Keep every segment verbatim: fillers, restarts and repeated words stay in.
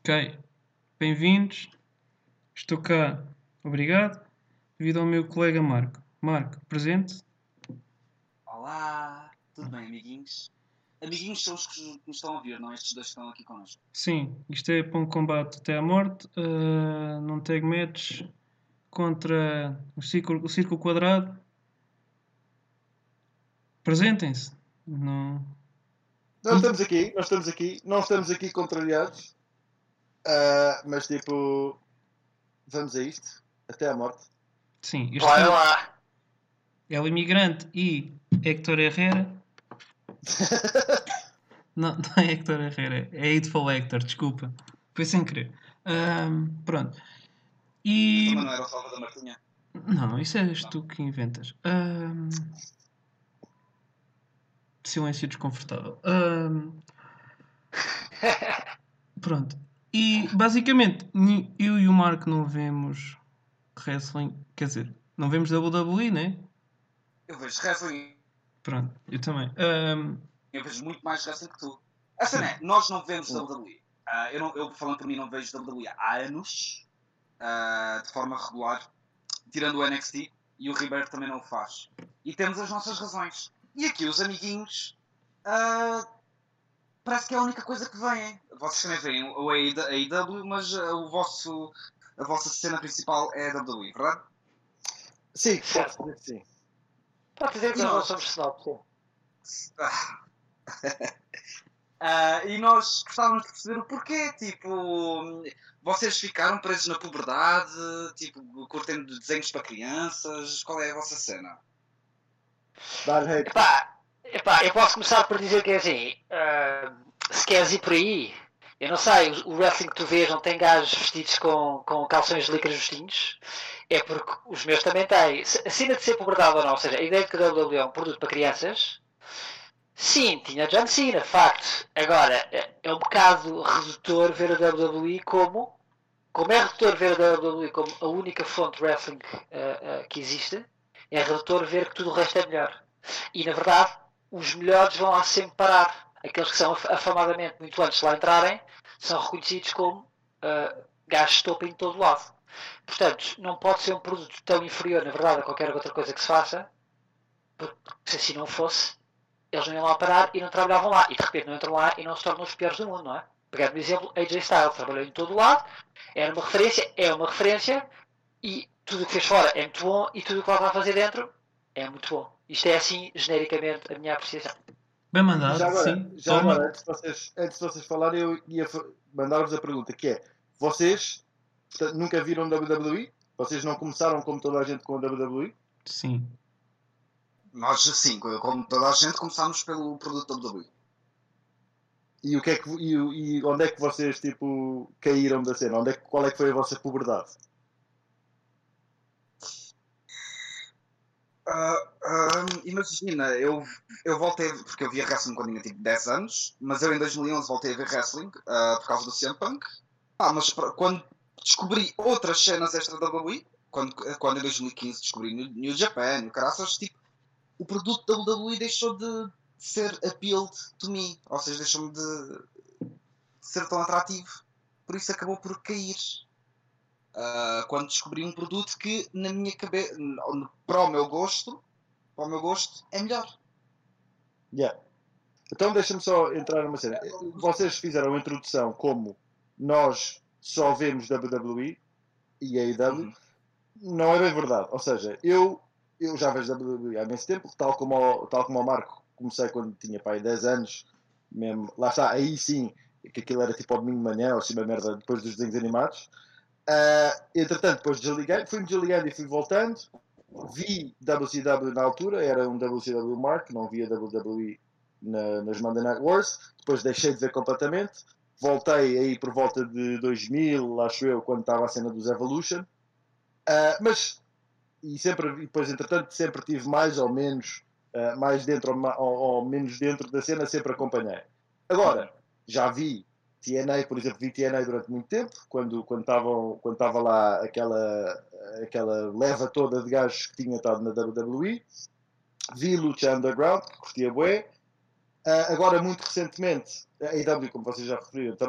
Ok, bem-vindos. Estou cá, obrigado, devido ao meu colega Marco. Marco, presente? Olá, tudo bem, amiguinhos? Amiguinhos são os que nos estão a ouvir, não estes dois que estão aqui connosco. Sim, isto é para um combate até à morte, uh, num tag match contra o círculo, o círculo quadrado. Presentem-se. Não. Nós estamos aqui, nós estamos aqui, não estamos aqui contrariados, uh, mas tipo, vamos a isto, até à morte. Sim, este Bora é, lá. é o imigrante e Héctor Herrera. Não, não é Héctor Herrera, é Hateful Héctor, desculpa. Foi sem querer. Ahm, pronto. E. Também não era o Salvador Martinha. Não, isso és tu que inventas. Ahm, Silêncio desconfortável. Ahm, Pronto. E basicamente, ni- eu e o Marco não vemos wrestling. Quer dizer, não vemos W W E, né? Eu vejo wrestling, Pronto, eu também. Ahm, eu vejo muito mais wrestling que tu. A cena é, nós não vemos W W E. Ah, eu, não, eu, falando por mim, não vejo W W E há anos, ah, de forma regular, tirando o N X T, e o Ribeiro também não o faz. E temos as nossas razões. E aqui os amiguinhos, ah, parece que é a única coisa que vêm. Vocês também veem o A E W, mas ah, o vosso, a vossa cena principal é a W W E, verdade? Sim, Certo. pode dizer que sim. Pode dizer que E nós não nós? somos snob, sim. Ah. Ah, e nós gostávamos de perceber o porquê, tipo, vocês ficaram presos na puberdade, tipo, curtem de desenhos para crianças, qual é a vossa cena? Dar hate. Epá, epá, eu posso começar por dizer que é assim, ah, se queres ir por aí, eu não sei, o, o wrestling que tu vês não tem gajos vestidos com, com calções de licra justinhos, é porque os meus também têm. Se- A cena de ser puberdade ou não, ou seja, a ideia de que a W W E é um produto para crianças, sim, tinha John Cena, facto. Agora, é é um bocado redutor ver a W W E como como é redutor ver a W W E como a única fonte de wrestling uh, uh, que existe, é redutor ver que tudo o resto é melhor. E na verdade, os melhores vão lá sempre parar. Aqueles que são afamadamente muito antes de lá entrarem são reconhecidos como uh, gajos de topo em todo lado. Portanto, não pode ser um produto tão inferior, na verdade, a qualquer outra coisa que se faça, porque se assim não fosse, eles não iam lá parar e não trabalhavam lá. E de repente não entram lá e não se tornam os piores do mundo, não é? Pegando por exemplo, A J Styles trabalhou em todo lado, era uma referência, é uma referência, e tudo o que fez fora é muito bom e tudo o que lá está a fazer dentro é muito bom. Isto é assim, genericamente, a minha apreciação. Bem E mandado, já agora, sim. já Toma. agora antes, de vocês, antes de vocês falarem, eu ia fa- mandar-vos a pergunta, que é, vocês portanto, nunca viram W W E? Vocês não começaram como toda a gente com a W W E? Sim. Nós, assim, como toda a gente, começámos pelo produto W W E. E, o que é que, e, e onde é que vocês tipo, caíram da cena? Onde é que, qual é que foi a vossa puberdade? Uh, um, imagina, eu, eu voltei, porque eu via wrestling quando tinha tipo dez anos, mas eu em dois mil e onze voltei a ver wrestling uh, por causa do C M Punk. Ah, mas pra, quando descobri outras cenas extra da W W E, quando, quando em dois mil e quinze descobri New, New Japan, o caraças, tipo, o produto da W W E deixou de ser appealed to me, ou seja, deixou-me de ser tão atrativo, por isso acabou por cair. Uh, quando descobri um produto que na minha cabeça, para o meu gosto, para o meu gosto, é melhor. Yeah. Então deixa-me só entrar numa cena. Vocês fizeram a introdução como nós só vemos W W E e A E W. Uhum. Não é bem verdade. Ou seja, eu, eu já vejo W W E há imenso tempo, tal como o, tal como o Marco, comecei quando tinha pai dez anos, mesmo. Lá está, aí sim, que aquilo era tipo ao domingo de manhã, ou assim uma merda, depois dos desenhos animados. Uh, entretanto, depois desliguei, fui-me desligando e fui voltando. Vi W C W na altura, era um W C W Mark, não via W W E na, nas Monday Night Wars. Depois deixei de ver completamente. Voltei aí por volta de dois mil, acho eu, quando estava a cena dos Evolution. Uh, mas, e sempre, e depois entretanto, sempre tive mais ou menos, uh, mais dentro ou, ou, ou menos dentro da cena, sempre acompanhei. Agora, já vi T N A, por exemplo, vi T N A durante muito tempo, quando quando estava quando estava lá aquela, aquela leva toda de gajos que tinha estado na W W E. Vi Lucha Underground, que curtia bué. Uh, agora, muito recentemente, a A E W, como vocês já referiram também,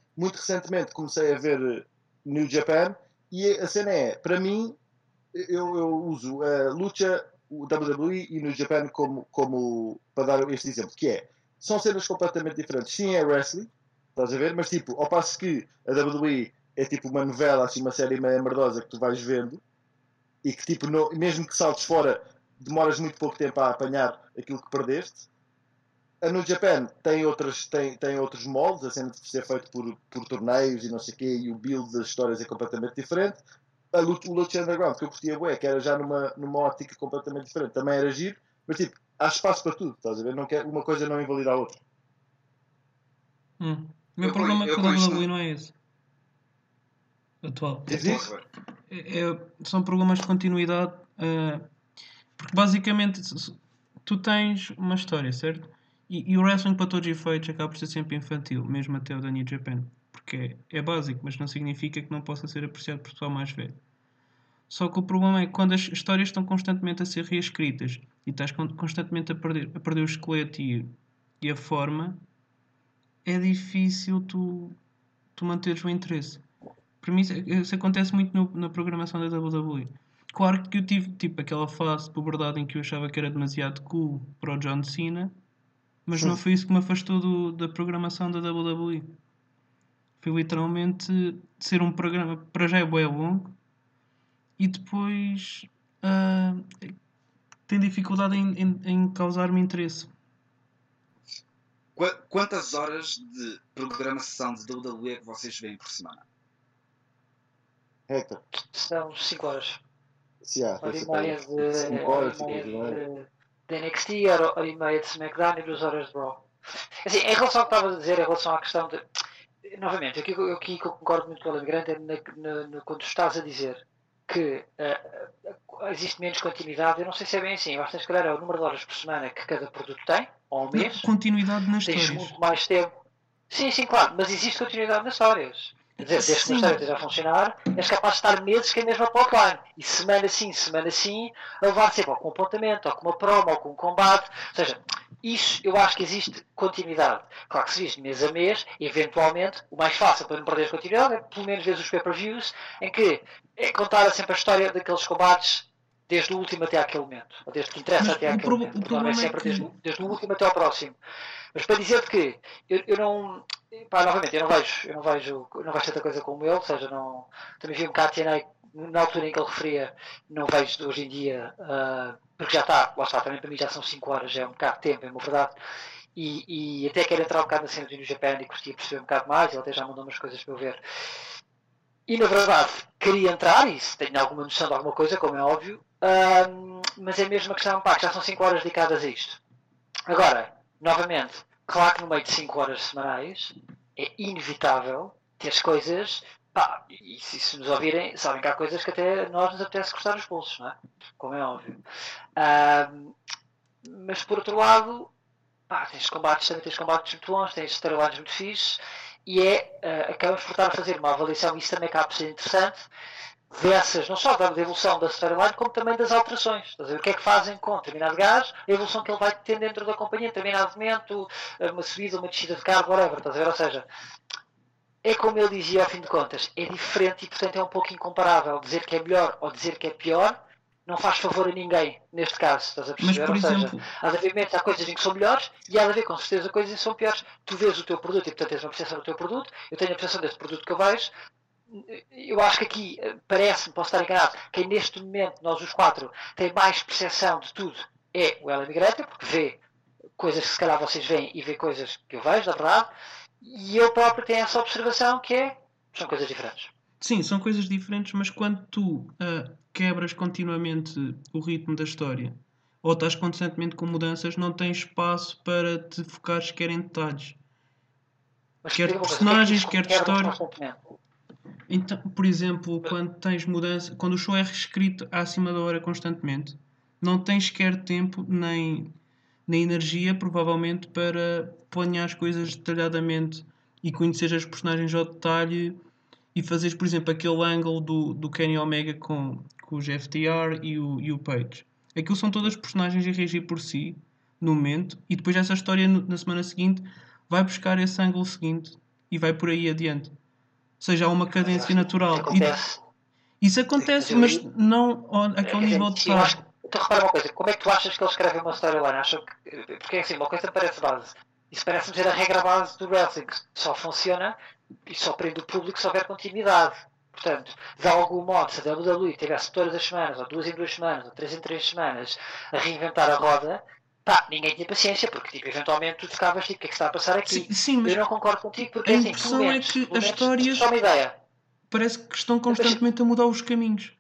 muito recentemente comecei a ver New Japan e a cena é, para mim, eu, eu uso a luta, o W W E e New Japan como, como para dar este exemplo, que é, são cenas completamente diferentes. Sim, é wrestling, estás a ver? Mas tipo, ao passo que a W W E é tipo uma novela, assim, uma série meio merdosa que tu vais vendo e que tipo, no, mesmo que saltes fora, demoras muito pouco tempo a apanhar aquilo que perdeste. A New Japan tem, outras, tem, tem outros moldes, a cena de ser feito por, por torneios e não sei o quê, e o build das histórias é completamente diferente. A Lucha, o Lucha Underground, que eu curtia bué, que era já numa, numa ótica completamente diferente, também era giro, mas tipo, há espaço para tudo, estás a ver? Não quer, uma coisa não invalida a outra. Hum. O meu Eu problema com- eu com a com isto W W E não- não é esse. Atual. Diz Estou a isso? saber. É- é- são problemas de continuidade. eh, porque basicamente se- se- tu tens uma história, certo? E, e o wrestling para todos os efeitos acaba por ser sempre infantil, mesmo até o da New Japan. Porque é, é básico, mas não significa que não possa ser apreciado por pessoal mais velho. Só que o problema é que quando as histórias estão constantemente a ser reescritas e estás con- constantemente a perder, a perder o esqueleto e, e a forma, é difícil tu, tu manteres o interesse. Para mim, isso, isso acontece muito no- na programação da W W E. Claro que eu tive tipo aquela fase de puberdade em que eu achava que era demasiado cool para o John Cena, mas não foi isso que me afastou do- da programação da W W E. Foi literalmente ser um programa, para já é bué longo, e depois ah, tem dificuldade em, em- em causar-me interesse. Qua- Quantas horas de programação de W W E é que vocês veem por semana? Hector, São cinco horas. se há, Hora deve e ser para meia aí de, cinco hora horas, e cinco meia horas e meia. de, de N X T, hora, hora e meia de SmackDown e duas horas de Raw. Assim, em relação ao que estava a dizer, em relação à questão de. Novamente, aqui, eu aqui concordo muito com o Alegrande, é na, na, na, quando estás a dizer que uh, uh, existe menos continuidade, eu não sei se é bem assim. Eu acho que se calhar é o número de horas por semana que cada produto tem, ou ao Não, mês. continuidade nas Tens histórias. muito mais tempo. Sim, sim, claro, mas existe continuidade nas histórias. Quer dizer, desde que uma Sim. história esteja a funcionar, és capaz de estar meses que é a mesma plotline. E semana sim, semana sim, a levar sempre ou com um apontamento, ou com uma promo, ou com um combate. Ou seja, isso eu acho que existe continuidade. Claro que se diz mês a mês, eventualmente, o mais fácil para não perder continuidade é pelo menos ver os pay-per-views, em que é contar sempre a história daqueles combates desde o último até aquele momento. Ou desde que interessa Mas até o aquele pro- momento. o Por norma é problema é sempre que- desde, o- desde o último até ao próximo. Mas para dizer que eu, eu não. Pá, novamente, eu não vejo, eu não vejo, eu não vejo tanta coisa como ele, ou seja, não, também vi um bocado T N A na altura em que ele referia, não vejo de hoje em dia, uh, porque já está, lá está, também para mim já são cinco horas, já é um bocado de tempo, é uma verdade. E, e até quero entrar um bocado na cena do New Japan e curtia perceber um bocado mais, ele até já mandou umas coisas para eu ver. E na verdade, queria entrar, e se tenho alguma noção de alguma coisa, como é óbvio, uh, mas é mesmo a questão, pá, que já são cinco horas dedicadas a isto. Agora, novamente, claro que no meio de cinco horas semanais é inevitável ter as coisas. Pá, e se, se nos ouvirem, sabem que há coisas que até nós nos apetece cortar os pulsos, não é? Como é óbvio. Um, mas por outro lado, pá, tens combates, também tens combates muito bons, tens storylines muito fixes, e é, uh, acabamos por estar a fazer uma avaliação, e isso também acaba por ser interessante, dessas, não só da evolução da storyline, como também das alterações. Estás a ver? O que é que fazem com determinado gajo, a evolução que ele vai ter dentro da companhia, em determinado momento, uma subida, uma descida de cargo, whatever. Estás a ver? Ou seja, é como ele dizia ao fim de contas, é diferente e portanto é um pouco incomparável. Dizer que é melhor ou dizer que é pior não faz favor a ninguém, neste caso, estás a perceber? Mas, por Ou seja, exemplo- há de haver momentos, há coisas em que são melhores e há de haver com certeza coisas em que são piores. Tu vês o teu produto e portanto tens uma percepção do teu produto, eu tenho a percepção deste produto que eu vejo. Eu acho que aqui, parece-me, posso estar enganado, quem neste momento, nós os quatro, tem mais percepção de tudo é o Ela Migrante, porque vê coisas que se calhar vocês veem e vê coisas que eu vejo, na verdade, e eu próprio tenho essa observação que é, são coisas diferentes. Sim, são coisas diferentes, mas quando tu ah, quebras continuamente o ritmo da história ou estás constantemente com mudanças, não tens espaço para te focares sequer em detalhes. Mas Quer de diga uma coisa, personagens, o que quer é que de isso quebra história. constantemente? Então, por exemplo, quando tens mudança, quando o show é reescrito acima da hora constantemente, não tens sequer tempo nem, nem energia, provavelmente, para planear as coisas detalhadamente e conhecer as personagens ao detalhe e fazeres, por exemplo, aquele ângulo do, do Kenny Omega com, com o Jeff T R e o, e o Page. Aquilo são todas personagens a reagir por si, no momento, e depois essa história no- na semana seguinte vai buscar esse ângulo seguinte e vai por aí adiante. Ou seja, há uma cadência natural. Isso acontece. E, isso acontece, mas não ao- àquele nível de Sim, eu acho par. que- Então repara uma coisa, como é que tu achas que eles escrevem uma storyline? Acham que. Porque assim, uma coisa parece base. Isso parece-me ser a regra base do wrestling, que só funciona e só prende o público se houver continuidade. Portanto, de algum modo, se a W W E tivesse todas as semanas, ou duas em duas semanas, ou três em três semanas, a reinventar a roda, pá, ninguém tinha paciência, porque tipo, eventualmente tu ficavas tipo, o que é que está a passar aqui? Sim, sim, mas Eu não concordo contigo, porque a assim, impressão pelo é menos, que pelo as menos, histórias- só uma ideia. parece que estão constantemente a mudar os caminhos.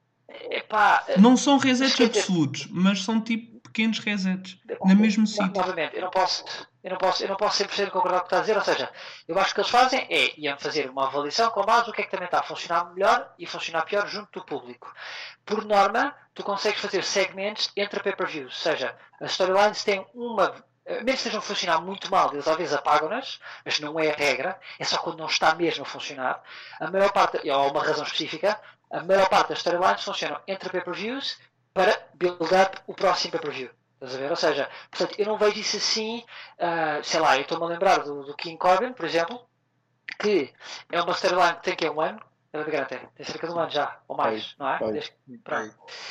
Epá, Não são resets quer dizer- absolutos, mas são tipo pequenos resets No- no mesmo no- sítio. Novamente, eu não posso, eu não posso, eu não posso cem por cento concordar com o que está a dizer, ou seja, eu acho que o que eles fazem é iam fazer uma avaliação com base no que é que também está a funcionar melhor e funcionar pior junto do público. Por norma, tu consegues fazer segmentos entre pay-per-views, ou seja, as storylines têm uma, mesmo que estejam a funcionar muito mal, eles às vezes apagam-nas, mas não é a regra, é só quando não está mesmo a funcionar. A maior parte, e há uma razão específica, a maior parte das storylines funcionam entre pay-per-views para build up o próximo pay-per-view. Estás a ver? Ou seja, portanto, eu não vejo isso assim, uh, sei lá, eu estou-me a lembrar do, do King Corbin, por exemplo, que é uma storyline que tem que é um ano, é de até, tem cerca de um ano já, ou mais, Pai, não é? pai, Desde, pai.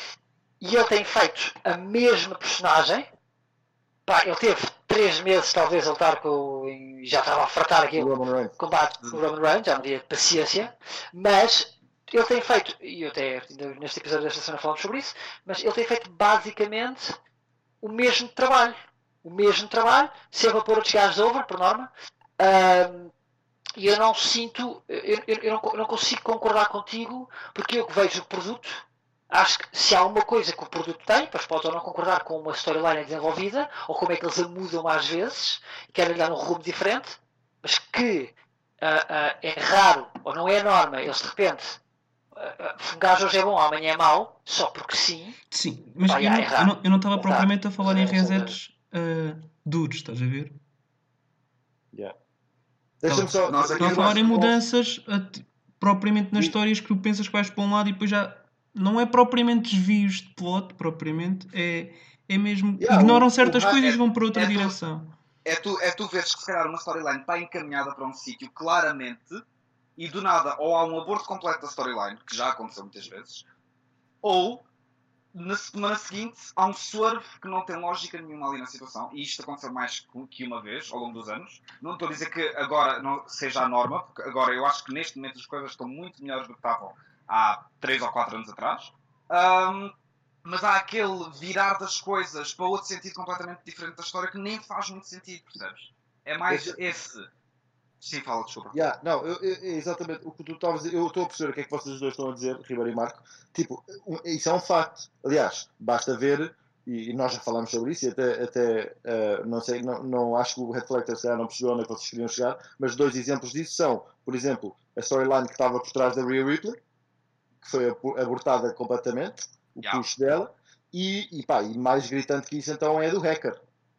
e ele tem feito a mesma personagem, pá, ele teve três meses talvez a lutar com, e já estava a fartar O aquilo, Roman Reigns. combate com o Roman Reigns, já não havia paciência, mas ele tem feito, e eu até neste episódio desta semana falamos sobre isso, mas ele tem feito basicamente o mesmo trabalho. O mesmo trabalho, sempre a pôr outros gajos over, por norma, um, e eu não sinto, eu, eu, eu, não, eu não consigo concordar contigo, porque eu que vejo o produto, acho que se há uma coisa que o produto tem, pois pode ou não concordar com uma storyline desenvolvida, ou como é que eles a mudam às vezes, querem dar um rumo diferente, mas que uh, uh, é raro, ou não é a norma, eles de repente, uh, um gajo hoje é bom, amanhã é mau, só porque sim. Sim, mas Pá, eu, já, não, é raro. eu, não, eu não estava Exato. propriamente a falar em Ou seja, resets uh, duros, estás a ver? Yeah. Deixa-me só. Nós aqui Estava a falar em nós- mudanças uh, propriamente nas Sim. histórias que tu pensas que vais para um lado e depois já não é propriamente desvios de plot, propriamente, é, é mesmo. Yeah, ignoram o- certas o ra- coisas e é- vão para outra é tu- direção. É tu, é tu veres que se calhar uma storyline está encaminhada para um sítio claramente e do nada ou há um aborto completo da storyline, que já aconteceu muitas vezes, ou na semana seguinte há um swerve que não tem lógica nenhuma ali na situação, e isto aconteceu mais que uma vez ao longo dos anos. Não estou a dizer que agora não seja a norma, porque agora eu acho que neste momento as coisas estão muito melhores do que estavam há três ou quatro anos atrás. Um, mas há aquele virar das coisas para outro sentido completamente diferente da história que nem faz muito sentido, percebes? É mais Deixa- esse. Sim, fala, desculpa. Yeah, não, eu, eu- é exatamente o que tu estavas a dizer. Eu estou a perceber o que é que vocês dois estão a dizer, Ribeiro e Marco. Tipo, um- isso é um facto. Aliás, basta ver, e, e nós já falámos sobre isso, e até, até uh, não sei, não, não acho que o Reflector se calhar não percebeu onde é que vocês queriam chegar, mas dois exemplos disso são, por exemplo, a storyline que estava por trás da Rhea Ripley, que foi abo- abortada completamente, o Yeah. push dela, e, e, pá, e mais gritante que isso então é do Hacker.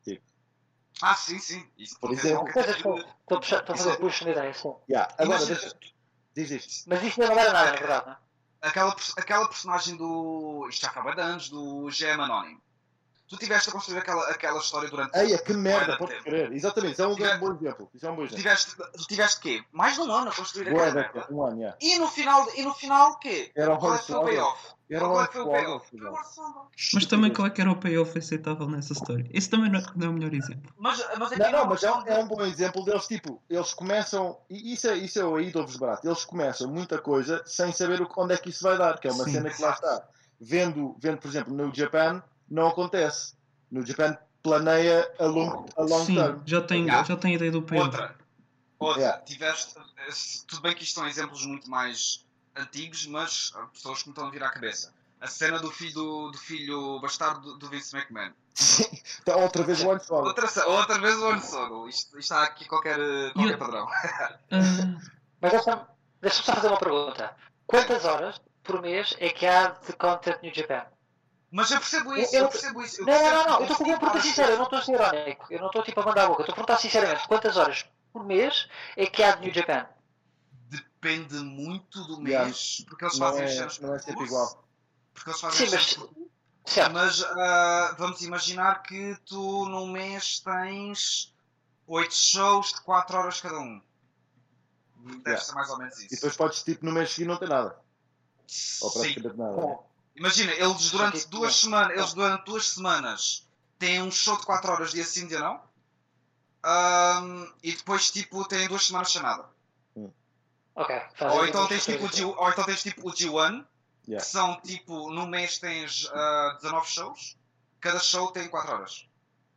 Ah, sim, sim. Isso Por não tem exemplo- qualquer Coisas tipo que de- estou a puxar- estou a fazer Isso- push na ideia, sim. Yeah. Agora, Imagina- deixa... diz isto. Mas isso não era nada, na verdade, não é? aquela, pers- aquela personagem do. Isto já foi há bué de anos, do G M Anónimo. Tu tiveste a construir aquela, aquela história durante. Eia, que merda, bué de pode tempo. crer. Exatamente, isso é um Tive- bom exemplo. Isso é um bom Tu exemplo. tiveste, tu tiveste quê? Mais de um ano a construir Boa aquela década, merda. um ano, yeah. E no final, e no final o quê? Era um Qual é que foi o Hornswoggle. payoff? Era um Qual é que foi o Hornswoggle, payoff? filho. Foi o Hornswoggle. Mas também qual é que era o payoff aceitável nessa história? Esse também não é, não é o melhor exemplo. Mas, mas aqui Não, não, uma mas é um, questão é de- um bom exemplo deles, tipo, eles começam, e isso é, isso é o aí dou-vos barato, eles começam muita coisa sem saber o, onde é que isso vai dar, que é uma Sim. cena que lá está. Vendo, vendo, por exemplo, no Japan, não acontece. No Japan planeia a long, a long Sim, term. já tenho, Yeah. já tenho ideia do payoff. Outra. Outra. Yeah. Tiveste. Tudo bem que isto são exemplos muito mais antigos, mas há pessoas que me estão a vir à cabeça. A cena do filho, do, do filho bastardo do, do Vince McMahon. Sim. Então, outra vez o Hornswoggle. Outra, ce- outra vez o Hornswoggle. Isto, isto está aqui qualquer, qualquer eu- padrão. Ah, Mas deixa-me deixa-me só fazer uma pergunta. Quantas horas por mês é que há de content New Japan? Mas eu percebo isso, Eu- eu percebo isso. Eu Não, não, percebo não, não. que Eu estou com uma eles pergunta têm sincera. Eu não estou a ser irónico. Eu não estou tipo a mandar a boca. Eu estou a perguntar sinceramente. Quantas horas por mês é que há de New Japan? Depende muito do Yeah. mês. Porque eles Não fazem é- os cenas não é por sempre curso. igual. Porque eles fazem Sim, os mas... cenas por Certo. Mas ah, vamos imaginar que tu num mês tens oito shows de quatro horas cada um. Deve Yeah. ser mais ou menos E isso. depois podes, tipo, no mês seguinte não ter nada. Ou Sim. praticamente nada. né? Imagina, eles durante Sim. duas semanas, eles durante duas semanas têm um show de quatro horas dia sim, dia não. Ahm, e depois tipo têm duas semanas sem nada. Ok. fazem Ou então duas tens tipo o coisas G, ou então tens tipo o G um, Yeah. que são tipo, no mês tens ah, dezanove shows, cada show tem quatro horas.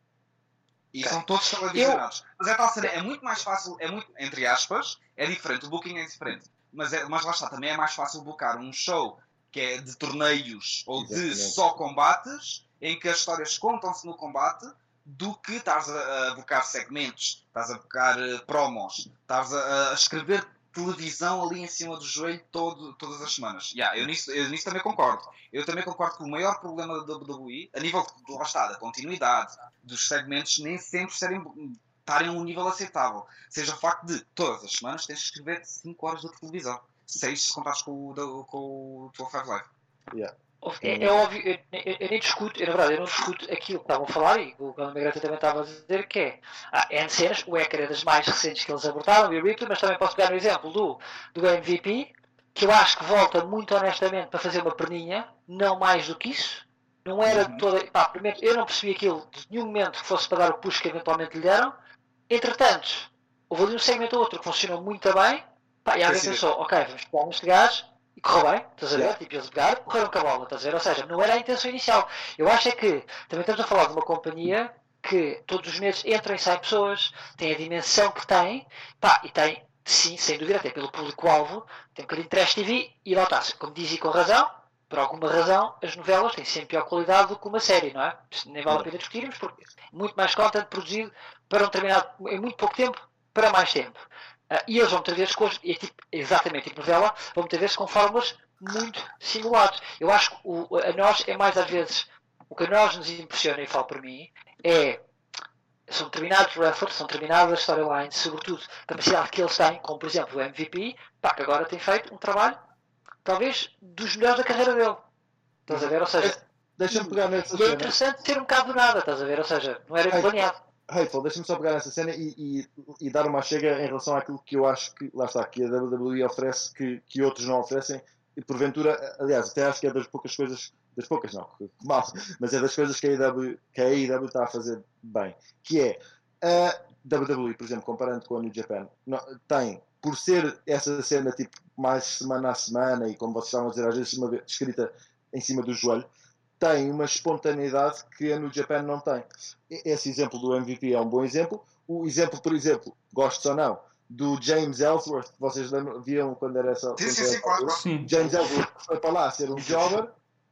E Ok. são todos televisionados. Mas é tal cena, é muito mais fácil, é muito, entre aspas, é diferente, o booking é diferente. Mas, é, mas lá está, também é mais fácil buscar um show que é de torneios ou de Exatamente. só combates, em que as histórias contam-se no combate, do que estás a, a buscar segmentos, estás a buscar uh, promos, estás a, a escrever televisão ali em cima do joelho todo, todas as semanas. Yeah, eu, nisso, eu nisso também concordo. Eu também concordo que o maior problema da W W E, a nível de, lá está, da continuidade, dos segmentos, nem sempre serem, estarem a um nível aceitável. Seja o facto de, todas as semanas, tens de escrever cinco horas de televisão. seis se contares com o, da- com o doze Five Live. Yeah. É, é óbvio, eu, eu, eu nem discuto, eu, na verdade, eu não discuto aquilo que estavam a falar e o Conor McGregor também estava a dizer que é ah, N cenas, o Hacker é das mais recentes que eles abordaram, e o Ripley, mas também posso pegar no exemplo do, do M V P, que eu acho que volta muito honestamente para fazer uma perninha, não mais do que isso. Não era Uhum. toda. Pá, primeiro, eu não percebi aquilo de nenhum momento que fosse para dar o push que eventualmente lhe deram. Entretanto, houve ali um segmento ou outro que funcionou muito bem. Pá, e alguém Sim, sim. pensou, ok, vamos pegar neste gajo e correu bem, estás a ver? Yeah. Tipo, eles pegaram, correram com a bola, estás a ver? Ou seja, não era a intenção inicial. Eu acho é que também estamos a falar de uma companhia que todos os meses entram e saem pessoas, tem a dimensão que tem, pá, e tem, sim, sem dúvida, até pelo público-alvo, tem um bocadinho de trash T V e lá está. Como diz e com razão, por alguma razão, as novelas têm sempre pior qualidade do que uma série, não é? Isto nem vale a pena discutirmos, porque é muito mais content produzido para um determinado, em muito pouco tempo, para mais tempo. Uh, e eles vão muitas vezes, com, é tipo, exatamente tipo novela, vão muitas vezes com fórmulas muito simuladas. Eu acho que o, a nós é mais às vezes, o que a nós nos impressiona, e falo por mim, é são determinados wrestlers, são determinadas storylines, sobretudo a capacidade que eles têm, como por exemplo o M V P, pá, que agora tem feito um trabalho, talvez, dos melhores da carreira dele. Estás a ver? Ou seja, Deixa-me pegar nessa e é cena. interessante ter um bocado do nada, estás a ver? Ou seja, não era Ai, planeado. Hateful, deixa-me só pegar nessa cena e, e, e dar uma chega em relação àquilo que eu acho que, lá está, que a W W E oferece que, que outros não oferecem e porventura, aliás, até acho que é das poucas coisas, das poucas não, que mal, mas é das coisas que a AEW, que a AEW está a fazer bem, que é a W W E, por exemplo, comparando com a New Japan, não, tem, por ser essa cena tipo mais semana a semana e como vocês estavam a dizer, às vezes uma vez escrita em cima do joelho, tem uma espontaneidade que a New Japan não tem. Esse exemplo do M V P é um bom exemplo. O exemplo, por exemplo, gostes ou não, do James Ellsworth, que vocês lembram, viam quando era essa. Sim, sim, sim, claro, claro. Sim. James Ellsworth que foi para lá ser um jobber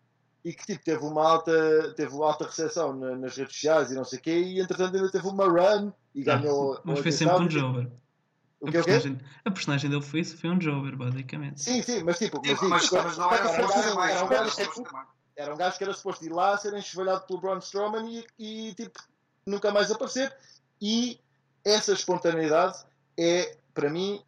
e que tipo, teve uma alta, teve uma alta recepção na, nas redes sociais e não sei o quê, e entretanto ainda teve uma run e ganhou. Ah, mas a foi atenção. sempre um jobber. O A que, o quê? personagem, a personagem dele foi, foi um jobber, basicamente. Sim, sim, mas tipo, Sim, mas, digo, mas, mas não era era um suposto gajo- ser mais. era um Era gajo- suposto ser mais. Era um gajo que era suposto ir lá, ser enxovalhado pelo Braun Strowman e, e tipo, nunca mais aparecer. E essa espontaneidade é, para mim,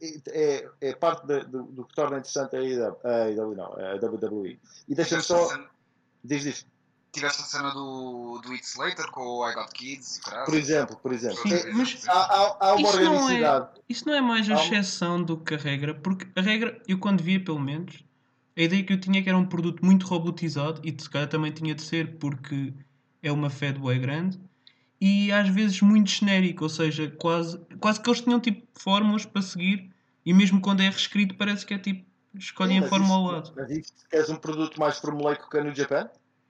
é, é parte de, do, do que torna interessante a AEW, a AEW não, a W W E. E deixa-me Tiveste a só. cena- Diz, diz. Tiveste a cena do, do Heath Slater com o I Got Kids e caralho. Por exemplo, por exemplo. Sim, É- mas há, há, há uma isso não, organicidade. é, isso não é mais a Há um- exceção do que a regra, porque a regra, eu quando via pelo menos, a ideia que eu tinha é que era um produto muito robotizado e se calhar também tinha de ser porque é uma fé bué grande e às vezes muito genérico, ou seja, quase, quase que eles tinham tipo fórmulas para seguir e mesmo quando é reescrito parece que é tipo, escolhem Sim, a mas fórmula ao isso- lado. Mas isso queres um produto mais formuleico que a New Japan?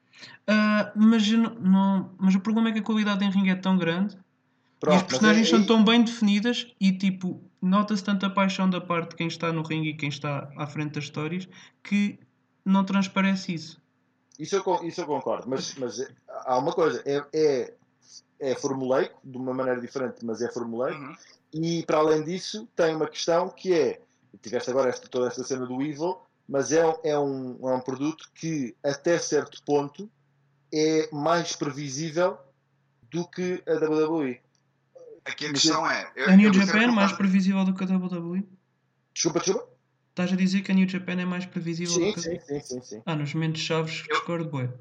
Ah, mas, eu não, não- mas o problema é que a qualidade em ringue é tão grande e as Pronto, mas personagens é- são é- tão bem definidas e tipo, nota-se tanta paixão da parte de quem está no ringue e quem está à frente das histórias que não transparece isso. Isso eu, con- isso eu concordo, mas, mas é- há uma coisa, é, é, é formuleico, de uma maneira diferente, mas é formuleico, Uhum. e para além disso tem uma questão que é, tiveste agora esta, toda esta cena do Evil, mas é, é, um, é um produto que até certo ponto é mais previsível do que a W W E. Aqui a questão é. Eu, A New eu Japan é prefiro mais contar- previsível do que a W W E? Desculpa, desculpa? Estás a dizer que a New Japan é mais previsível Sim, do que a... sim, sim, sim, sim. Ah, nos momentos chaves Eu- discordo bué.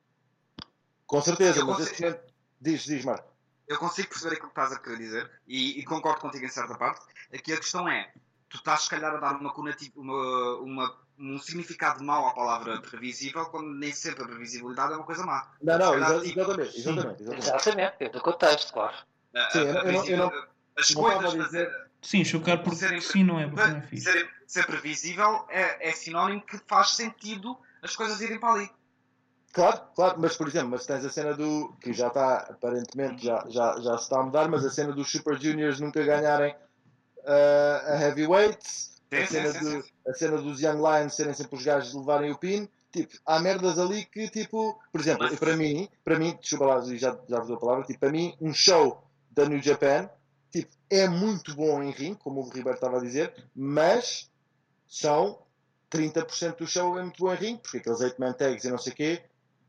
Com certeza, Eu mas consigo- esse momento... Diz, diz, Marco. Eu consigo perceber aquilo que estás a querer dizer e, e concordo contigo em certa parte. Aqui a questão é: tu estás se calhar a dar uma, conati- uma, uma, um significado mau à palavra previsível, quando nem sempre a previsibilidade é uma coisa má. Não, não, Se calhar, exa- tipo, exatamente, Sim. exatamente, exatamente. Exatamente, dentro do contexto, claro. a- Sim, a- eu não- a eu não- eu não- previsível- as não estava coisas a dizer- fazer- Sim, chocar por porque serem sim não é, porque não é fixe. ser, ser previsível é, é sinónimo que faz sentido as coisas irem para ali. Claro, claro, mas por exemplo, mas tens a cena do, que já está, aparentemente já, já, já se está a mudar, mas a cena dos Super Juniors nunca ganharem uh, a Heavyweights, Sim, a, sim, cena sim, de- sim. a cena dos Young Lions serem sempre os gajos de levarem o pin, tipo, há merdas ali que, tipo, por exemplo, Mas- para mim, para mim, desculpa lá, já, já vos dou a palavra, tipo, para mim, um show da New Japan, tipo, é muito bom em ringue, como o Ribeiro estava a dizer, mas são trinta por cento do show é muito bom em ringue, porque aqueles eight man tags e não sei o quê,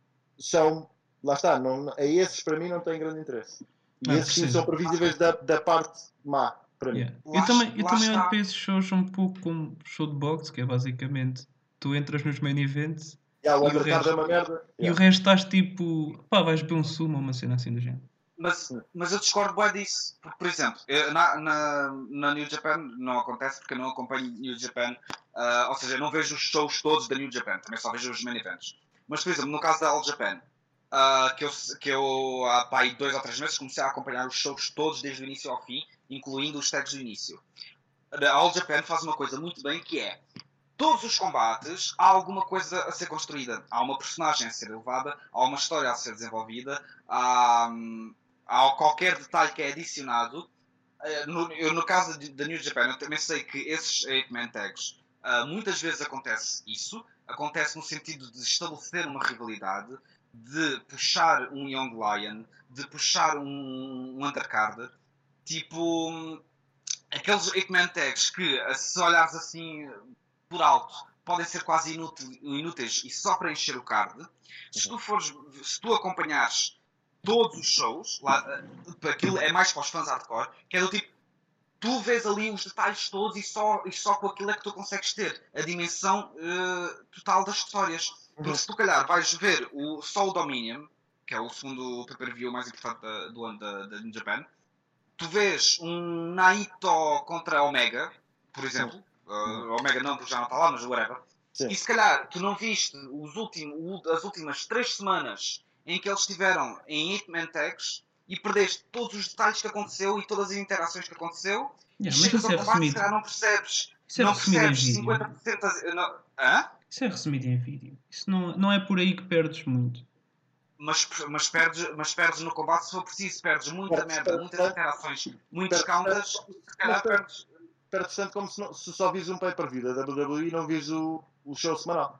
são, lá está, não, a esses para mim não têm grande interesse. E Ah, esses sim percebo. são previsíveis da, da parte má, para mim. Yeah. Lá Eu também, está- eu lá também olho está. para esses shows um pouco como show de boxe, que é basicamente tu entras nos main events E há, o E o undercard resto? é uma merda. e o Yeah. resto estás tipo, pá, vais beber um sumo ou uma cena assim do género. Mas, mas eu discordo bem disso. Por, por exemplo, eu- na, na, na New Japan não acontece porque eu não acompanho New Japan, ah, ou seja, eu não vejo os shows todos da New Japan, também só vejo os main events. Mas, por exemplo, no caso da All Japan, ah, que eu, que eu há pá, aí dois ou três meses comecei a acompanhar os shows todos desde o início ao fim, incluindo os tags do início. A All Japan faz uma coisa muito bem que é todos os combates há alguma coisa a ser construída. Há uma personagem a ser elevada, há uma história a ser desenvolvida, há, hum, há qualquer detalhe que é adicionado. Eh, No, eu, no caso de- da New Japan, eu também sei que esses eight man tags, ah, muitas vezes acontece isso. Acontece no sentido de estabelecer uma rivalidade, de puxar um Young Lion, de puxar um, um undercard. Tipo, hum, aqueles eight man tags que, ah, se olhares assim por alto, podem ser quase inútil- inúteis e só para encher o card. Se tu fores, se tu acompanhares todos os shows, lá, eh, aquilo é mais para os fãs hardcore, que é do tipo, tu vês ali os detalhes todos e só, e só com aquilo é que tu consegues ter a dimensão eh, total das histórias. Porque se tu calhar vais ver o, só o Dominion, que é o segundo pay-per-view mais importante da- do ano da, da New Japan, tu vês um Naito contra Omega, por exemplo, uh, Omega não, porque já não está lá, mas whatever, Sim. e se calhar tu não viste os últimos, as últimas três semanas em que eles estiveram em eight man tags e perdeste todos os detalhes que aconteceu e todas as interações que aconteceu, e Yeah, mas chegas isso ao é combate e se resumido. calhar não percebes, Isso é não resumido em percebes vídeo. cinquenta por cento das, não, hã? Isso é resumido em vídeo. Isso não, não é por aí que perdes muito. Mas, mas, perdes, mas perdes no combate se for preciso, perdes muita Perdes, merda, perdes, muitas perdes. interações, muitos Perdes, counters, se calhar perdes. perdes. Perdes tanto como se, não, se só vis um pay-per-view da W W E e não vis o, o show semanal.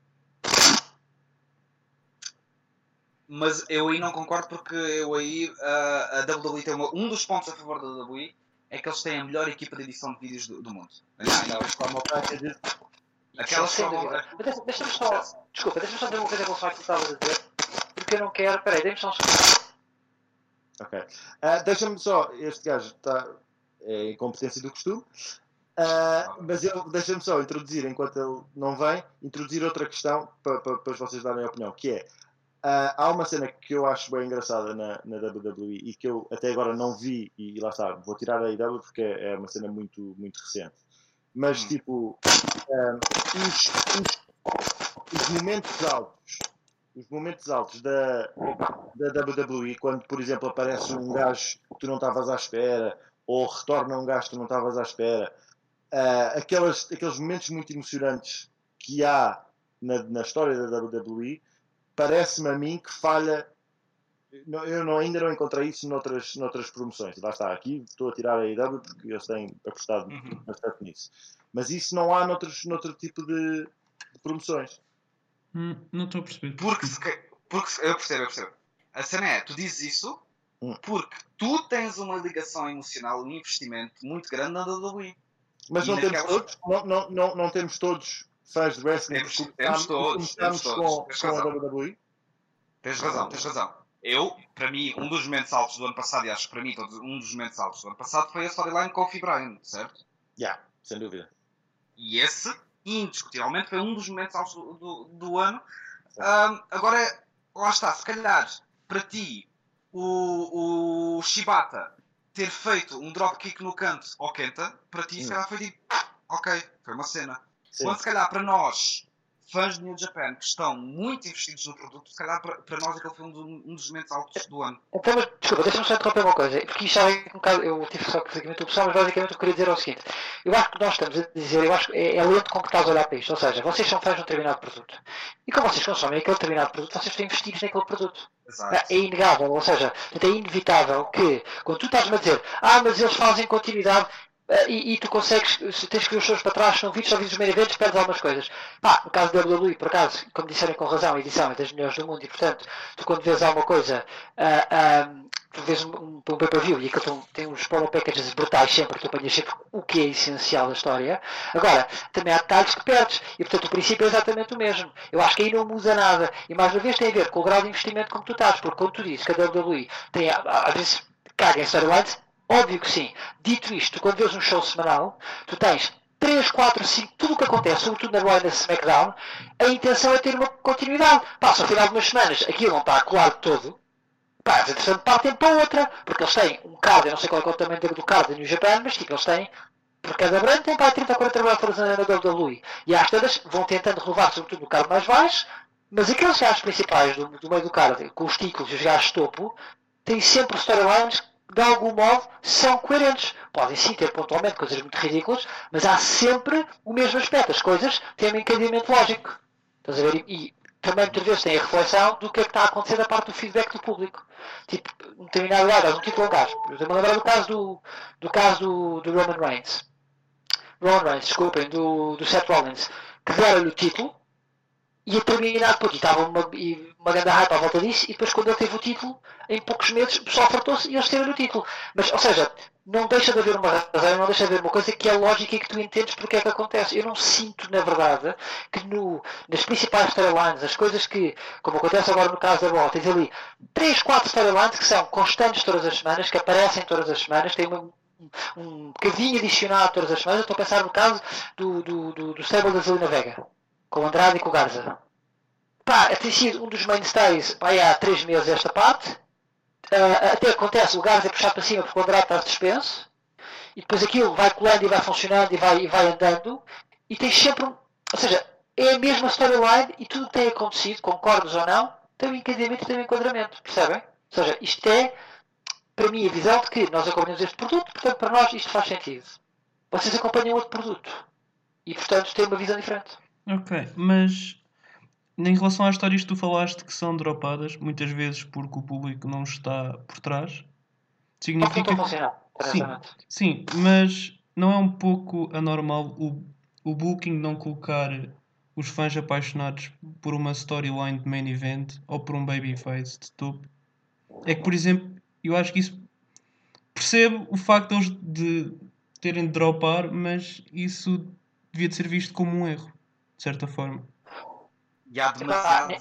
Mas eu aí não concordo porque eu aí ah, a W W E tem uma, um dos pontos a favor da W W E é que eles têm a melhor equipa de edição de vídeos do, do mundo. Ainda hoje formam aquelas Sem formam- dúvida. Mas deixa- deixa-me só. Desculpa, deixa-me só dizer uma coisa em relação ao que tu estavas a dizer. Porque eu não quero. Peraí, deixa-me só um segundo. Ok. Ah, Deixa-me só, este gajo está é incompetência do costume, Ah, mas eu deixa-me só introduzir, enquanto ele não vem, introduzir outra questão para, para, para vocês darem a opinião, que é, ah, há uma cena que eu acho bem engraçada na, na W W E e que eu até agora não vi, e, e lá está, vou tirar a A E W porque é, é uma cena muito, muito recente, mas Hum. tipo, ah, os, os, os momentos altos, os momentos altos da, da W W E, quando por exemplo aparece um gajo que tu não estavas à espera, ou retorna um gajo que tu não estavas à espera, uh, aquelas, aqueles momentos muito emocionantes que há na, na história da W W E, parece-me a mim que falha. Eu não, ainda não encontrei isso noutras, noutras promoções. Lá está, aqui estou a tirar a A E W porque eles têm apostado Uhum. bastante nisso. Mas isso não há noutros, noutro tipo de, de promoções. Hum, não estou a perceber. Porque, se que- porque se- eu percebo, eu percebo. A cena é, tu dizes isso Hum. porque tu tens uma ligação emocional, um investimento muito grande na W W E. Mas E não temos naquelas- todos, não, não, não, não temos todos fãs de wrestling. Temos- porque temos começámos- todos, começámos temos todos. com, Tens com a razão. W W E. Tens razão, tens razão. Eu, para mim, um dos momentos altos do ano passado, e acho que para mim todos, um dos momentos altos do ano passado foi a storyline com o Kofi Bryan, certo? Yeah, sem dúvida. E esse, indiscutivelmente, foi um dos momentos altos do, do, do ano. Ahm, agora, lá está, se calhar, para ti, o, o Shibata ter feito um dropkick no canto ao Kenta, para ti, se Hum. calhar foi tipo, ok, foi uma cena. Sim. Quando se calhar para nós, fãs de New Japan, que estão muito investidos no produto, se calhar para, para nós aquele foi um, do, um dos momentos altos do ano. Então, mas, desculpa, deixa-me só interromper uma coisa, porque isto já é um bocado, eu tive só basicamente o pessoal, mas basicamente o que eu queria dizer é o seguinte, eu acho que nós estamos a dizer, eu acho que é, é lento como estás a olhar para isto, ou seja, vocês são fãs de um determinado produto, e como vocês consomem aquele determinado produto, vocês estão investidos naquele produto. Exato. É inegável, ou seja, é inevitável que, quando tu estás-me a dizer, ah, mas eles fazem continuidade, Uh, e, e tu consegues, se tens que ver os shows para trás, são vídeos, só vídeos dos main events, perdes algumas coisas. Pá, no caso da W W E, por acaso, como disserem com razão, a edição é das melhores do mundo e, portanto, tu quando vês alguma coisa, uh, um, tu vês um, um, um pay-per-view e aquilo tem, tem uns promo packages brutais sempre, tu apanhas sempre o que é essencial da história. Agora, também há detalhes que perdes e, portanto, o princípio é exatamente o mesmo. Eu acho que aí não muda nada. E, mais uma vez, tem a ver com o grau de investimento como tu estás, porque, como tu dizes, que a W W E tem, às vezes, caga em storylines. Óbvio que sim. Dito isto, quando vês um show semanal, tu tens três, quatro, cinco, tudo o que acontece, sobretudo na Raw e na SmackDown, a intenção é ter uma continuidade. Passa ao final de umas semanas, aquilo não está colado todo. Pá, é interessante para um tempo para outra, porque eles têm um card, eu não sei qual é o tamanho do card da New Japan, mas tipo, eles têm, por cada brand tem para trinta a quarenta trabalhadores na W W E. E às tantas vão tentando renovar, sobretudo no card mais baixo, mas aqueles gajos principais do, do meio do card, com os títulos e os gajos topo, têm sempre storylines de algum modo, são coerentes. Podem sim ter pontualmente coisas muito ridículas, mas há sempre o mesmo aspecto. As coisas têm um encadeamento lógico. Estás a ver? E, e também muitas vezes tem a reflexão do que é que está a acontecer da parte do feedback do público. Tipo, um determinado lado, um título a um gajo. Eu estou-me a lembrar do caso do, do, caso do, do Roman Reigns. Roman Reigns, desculpem, do, do Seth Rollins, que deram-lhe o título e a terminar, porque estava uma, uma grande hype à volta disso, e depois quando ele teve o título, em poucos meses, o pessoal fartou-se e eles tiveram o título. Mas, ou seja, não deixa de haver uma razão, não deixa de haver uma coisa que é lógica e que tu entendes porque é que acontece. Eu não sinto, na verdade, que no, nas principais storylines, as coisas que, como acontece agora no caso da Raw, tens ali três, quatro storylines que são constantes todas as semanas, que aparecem todas as semanas, têm uma, um bocadinho adicionado todas as semanas. Eu estou a pensar no caso do, do, do, do stable da Zelina Vega, com o Andrade e com o Garza. Pá, tem sido um dos mainstays pá, há três meses esta parte. Uh, até acontece, o Garza é puxado para cima porque o Andrade está suspenso. E depois aquilo vai colando e vai funcionando e vai, e vai andando. E tem sempre um... Ou seja, é a mesma storyline e tudo que tem acontecido, concordas ou não, tem um encadeamento e tem um enquadramento. Percebem? Ou seja, isto é, para mim, a visão de que nós acompanhamos este produto, portanto, para nós isto faz sentido. Vocês acompanham outro produto. E, portanto, têm uma visão diferente. Ok, mas em relação às histórias que tu falaste que são dropadas, muitas vezes porque o público não está por trás, significa... Não funcionar, sim, sim, mas não é um pouco anormal o, o booking não colocar os fãs apaixonados por uma storyline de main event ou por um babyface de topo? É que, por exemplo, eu acho que isso... Percebo o facto de eles de terem de dropar, mas isso devia de ser visto como um erro, de certa forma. E há demasiado.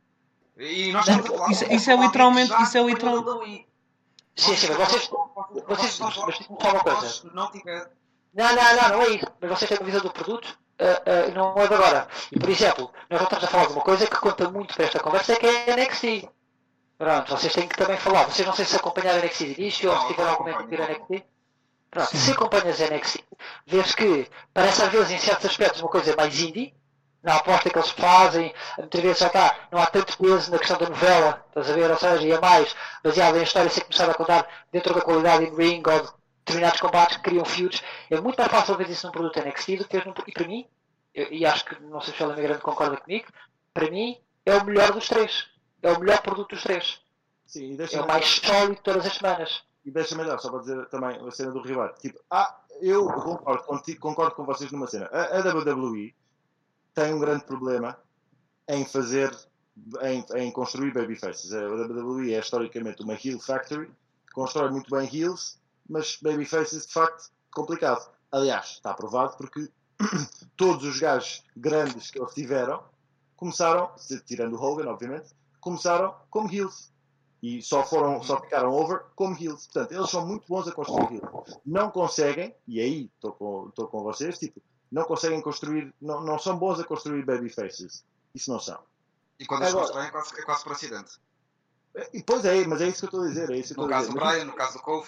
E nós estamos a falar. Isso, isso é literalmente. Isso é literal... Sim, sim, mas vocês. Vocês. Mas só uma coisa. Não, tiver... não, não, não, não é isso. Mas vocês têm uma visão do produto, uh, uh, não é de agora. E por exemplo, nós não estamos a falar de uma coisa que conta muito para esta conversa, é que é a N X T. Pronto, vocês têm que também falar. Vocês não sei se acompanharam a N X T de início ou se tiveram algum momento de ir a N X T. Pronto, sim. Se acompanhas a N X T, vês que parece às vezes em certos aspectos uma coisa mais indie. Na aposta que eles fazem, muitas vezes já cá, não há tanto peso na questão da novela, estás a ver? Ou seja, e é mais baseado em história ser começada a contar dentro da qualidade in ring ou de determinados combates que criam feuds. É muito mais fácil ver isso num produto N X T do que num... E para mim, eu, e acho que não sei se o Ela Migrante concorda comigo, para mim é o melhor dos três. É o melhor produto dos três. Sim, e é o mais sólido todas as semanas. E deixa-me dar, só para dizer também a cena do rival. Tipo, ah, eu concordo, contigo, concordo com vocês numa cena. A, a W W E tem um grande problema em fazer, em, em construir babyfaces. A W W E é historicamente uma heel factory, constrói muito bem heels, mas babyfaces de facto complicado. Aliás, está provado porque todos os gajos grandes que eles tiveram começaram, tirando o Hogan obviamente, começaram como heels. E só, foram, só ficaram over como heels. Portanto, eles são muito bons a construir heels. Não conseguem, e aí estou com, estou com vocês, tipo, não conseguem construir, não, não são bons a construir babyfaces. Isso não são. E quando eles constroem é quase, é quase por acidente. E, pois é, mas é isso que eu estou a dizer. É isso que no eu estou caso a dizer. do Brian, no caso do Kofi.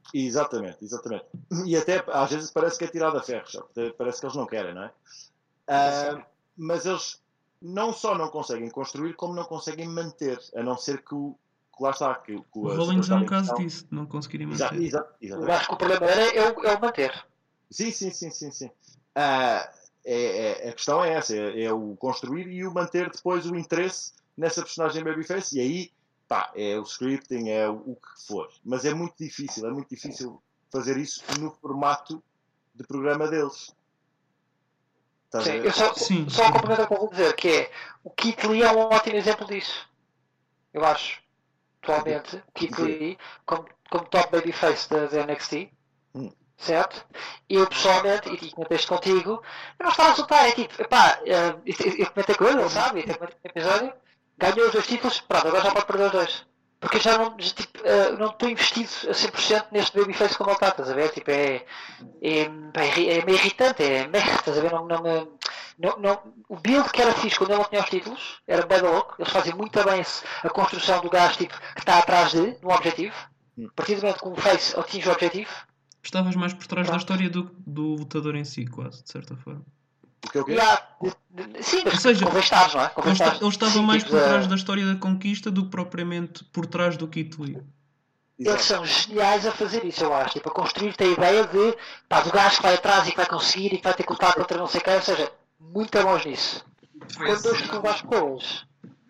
Exatamente, exatamente. E até às vezes parece que é tirado a ferro, só, parece que eles não querem, não é? Uh, mas eles não só não conseguem construir, como não conseguem manter, a não ser que o que lá está, que, que O a Rollins é superstar um em caso questão- disso, de não conseguirem Exa- manter. exa- Eu exatamente. acho que o problema era é o, é o manter. Sim, sim, sim, sim, sim. Ah, é, é- a questão é essa, é, é o construir e o manter depois o interesse nessa personagem babyface, e aí, pá, é o scripting, é o, o que for. Mas é muito difícil, é muito difícil fazer isso no formato de programa deles. Estás a Sim, ver? eu só, Sim. só complemento o que eu vou dizer, que é o Kit Lee é um ótimo exemplo disso. Eu acho. Atualmente, o Kit Lee, como, como top babyface da, da N X T, Hum. certo? Eu pessoalmente, e comentei isto contigo, eu não estava a resultar, é tipo, epá, uh, eu, eu comentei com ele, ele sabe, eu comentei no episódio, ganhou os dois títulos, pronto, agora já pode perder os dois. Porque eu já não, já, tipo, uh, não estou investido a cem por cento neste babyface como ele está, estás a ver? Tipo, é, é, é, é meio irritante, é merda, estás a ver? Não, não me, não, não, o build que era fixe quando ele não tinha os títulos era bem louco, eles fazem muito bem a construção do gajo tipo, que está atrás de, no objetivo. Hum. A partir do momento que o face atinge o objetivo, Estavas mais por trás da Pronto. história do, do lutador em si, quase, de certa forma. Porque eu e há, de- de- sim, mas Ou seja, convém estares, não é? Convém Ele, esta- estares ele estava sim, mais tipo, por trás a- da história da conquista do que propriamente por trás do Kit Lee. Eles são geniais a fazer isso, eu acho. Tipo, a construir-te a ideia de, pá, do gajo que vai atrás e que vai conseguir e que vai ter que lutar contra não sei quem. Ou seja, muito bons nisso. Foi a Quando eles cena ficam do- as pessoas.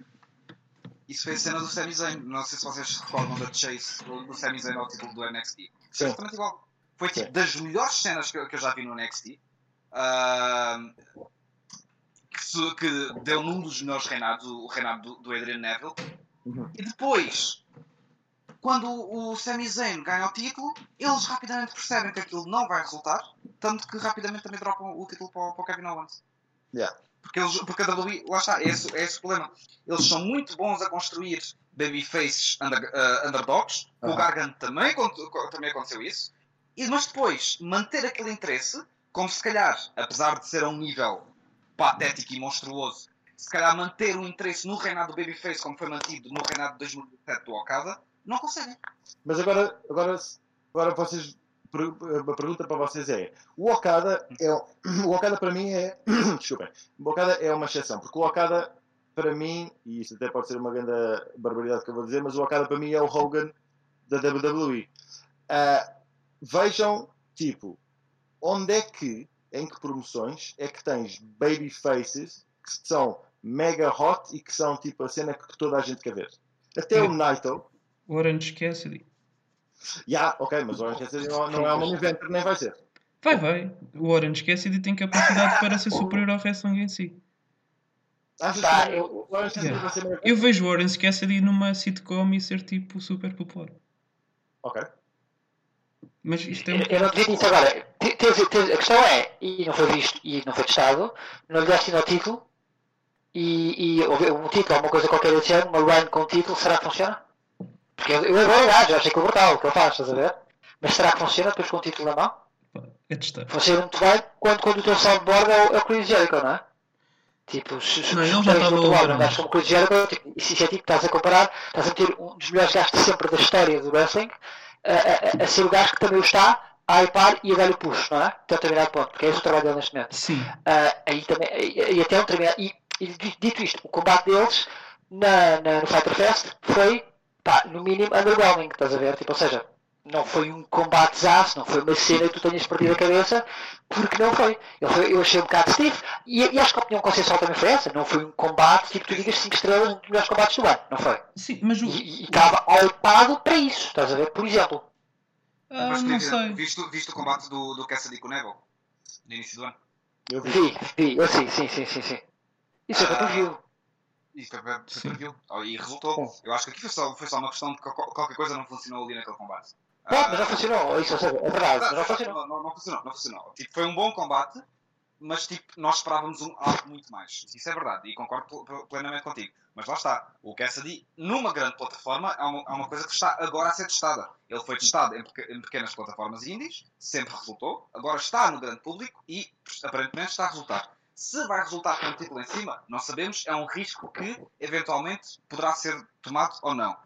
Isso foi a cena do Sami Zayn. Não sei se vocês se recordam da Chase do Sami Zayn ao título do N X T. Sim. Exatamente igual. Foi tipo Sim. das melhores cenas que eu, que eu já vi no N X T. ah, que, se- que deu num dos melhores reinados, o reinado do, do Adrian Neville. Uhum. E depois, quando o, o Sami Zayn ganha o título, eles rapidamente percebem que aquilo não vai resultar. Tanto que rapidamente também dropam o título para, o- para o Kevin Owens. Yeah. Porque, eles, porque a W W E, lá está, é esse, é esse o problema. Eles são muito bons a construir babyfaces under, uh, underdogs. Com o Aham. Gargano também, con- também aconteceu isso. E, mas depois, manter aquele interesse, como se calhar, apesar de ser a um nível patético e monstruoso, se calhar manter o interesse no reinado do babyface, como foi mantido no reinado de dois mil e sete do Okada, não conseguem. Mas agora, agora, agora vocês, a pergunta para vocês é: o Okada é o Okada para mim é desculpem, o Okada é uma exceção, porque o Okada para mim, e isto até pode ser uma grande barbaridade que eu vou dizer, mas o Okada para mim é o Hogan da W W E. Uh, vejam, tipo, onde é que, em que promoções é que tens babyfaces que são mega hot e que são tipo a cena que toda a gente quer ver? Até o Naito. O Orange Cassidy. Já, ok, mas o Orange Cassidy não, não é uma main eventer, nem vai ser. Vai, vai. O Orange Cassidy tem capacidade para ser superior ao wrestling em si. Achas Tá, que eu- o Orange Cassidy Yeah. vai ser main eventer? Eu vejo o Orange Cassidy numa sitcom e ser tipo super popular. Ok. Mas isto é um Eu, eu não te digo isso agora. Te- tens- tens- a questão é, e não foi visto e não foi testado, não lhe deste ao título e, e houve um título, alguma coisa qualquer desse ano, uma run com título, será que funciona? Porque eu, eu adoro o gajo, eu achei que é brutal o que ele faz, estás a ver? Mas será que funciona depois com o título na mão? Pá, é testar. Funciona muito bem quando, quando o teu soundboard é o, é o Chris Jericho, não é? Tipo, se, se, Não, se ele tu já tens estava do outro lado over, um gajo como Chris Jericho, tipo, isso é tipo, estás a comparar, estás a meter um dos melhores gajos de sempre da história do wrestling a, a, a ser o gajo que também o está a hypar e a dar-lhe o push, não é? Até um determinado ponto, porque é esse o trabalho dele neste momento. Sim. Uh, aí também, e, e até um determinado, e, e dito isto, o combate deles na, na, no Fighter Fest foi, pá, no mínimo underwhelming, estás a ver? Tipo, ou seja, não foi um combate zaço, não foi uma cena que tu tenhas perdido a cabeça, porque não foi. Eu, foi, eu achei um bocado stiff, e, e acho que a opinião consensual também foi essa, não foi um combate, tipo, tu digas cinco estrelas nos melhores combates do ano, não foi. Sim, mas o. E estava hypado para isso, estás a ver? Por exemplo. Ah, Mas, não quer dizer, sei. Visto, visto o combate do, do Cassidy com o Neville, no início do ano. Eu vi. Vi, vi, eu sim, sim, sim, sim, sim. Isso é que Ah, tu viu. E foi, foi, Sim. preview. E resultou. Sim. Eu acho que aqui foi só, foi só uma questão de que qual- qualquer coisa não funcionou ali naquele combate. Pô, mas não Ah, funcionou, isso, ou seja, é verdade, mas não funcionou. Não, não, não funcionou, não funcionou. Tipo, foi um bom combate, mas tipo, nós esperávamos um, algo muito mais. Isso é verdade, e concordo pl- pl- plenamente contigo. Mas lá está, o Cassidy, numa grande plataforma, é uma, é uma coisa que está agora a ser testada. Ele foi testado em, peque- em pequenas plataformas indies, sempre resultou, agora está no grande público e aparentemente está a resultar. Se vai resultar com um título em cima, não sabemos, é um risco que eventualmente poderá ser tomado ou não.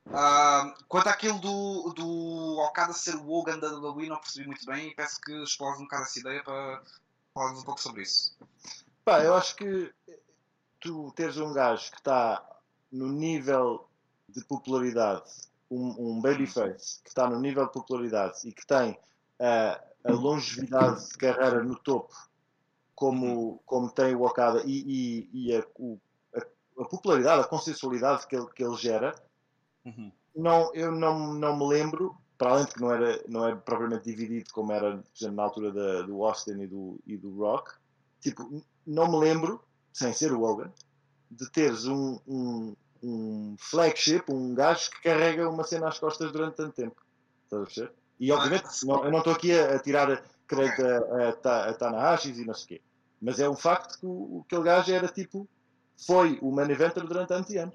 Ah, quanto àquilo do, do Okada ser o Hogan da W W E, não percebi muito bem e peço que explores um bocado essa ideia para falarmos um pouco sobre isso. Pá, eu acho que tu teres um gajo que está no nível de popularidade, um, um babyface que está no nível de popularidade e que tem uh, a longevidade de carreira no topo, como, como tem o Okada, e, e, e a, o, a, a popularidade, a consensualidade que ele, que ele gera, uhum. não, eu não, não me lembro, para além de que não era, não é propriamente dividido como era, por exemplo, na altura da, do Austin e do, e do Rock, tipo, não me lembro, sem ser o Hogan, de teres um, um, um flagship, um gajo que carrega uma cena às costas durante tanto tempo. Estás a perceber? E obviamente, não, eu não estou aqui a, a tirar crédito a, a, a Tanahashi e não sei o quê. Mas é um facto que o, aquele gajo era tipo, foi o main eventer durante anos e anos.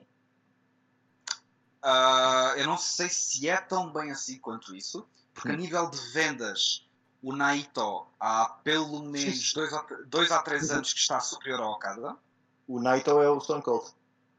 Uh, eu não sei se é tão bem assim quanto isso, porque hum. a nível de vendas, o Naito há pelo menos dois, dois a três anos que está superior ao Okada. O Naito é o Stone Cold.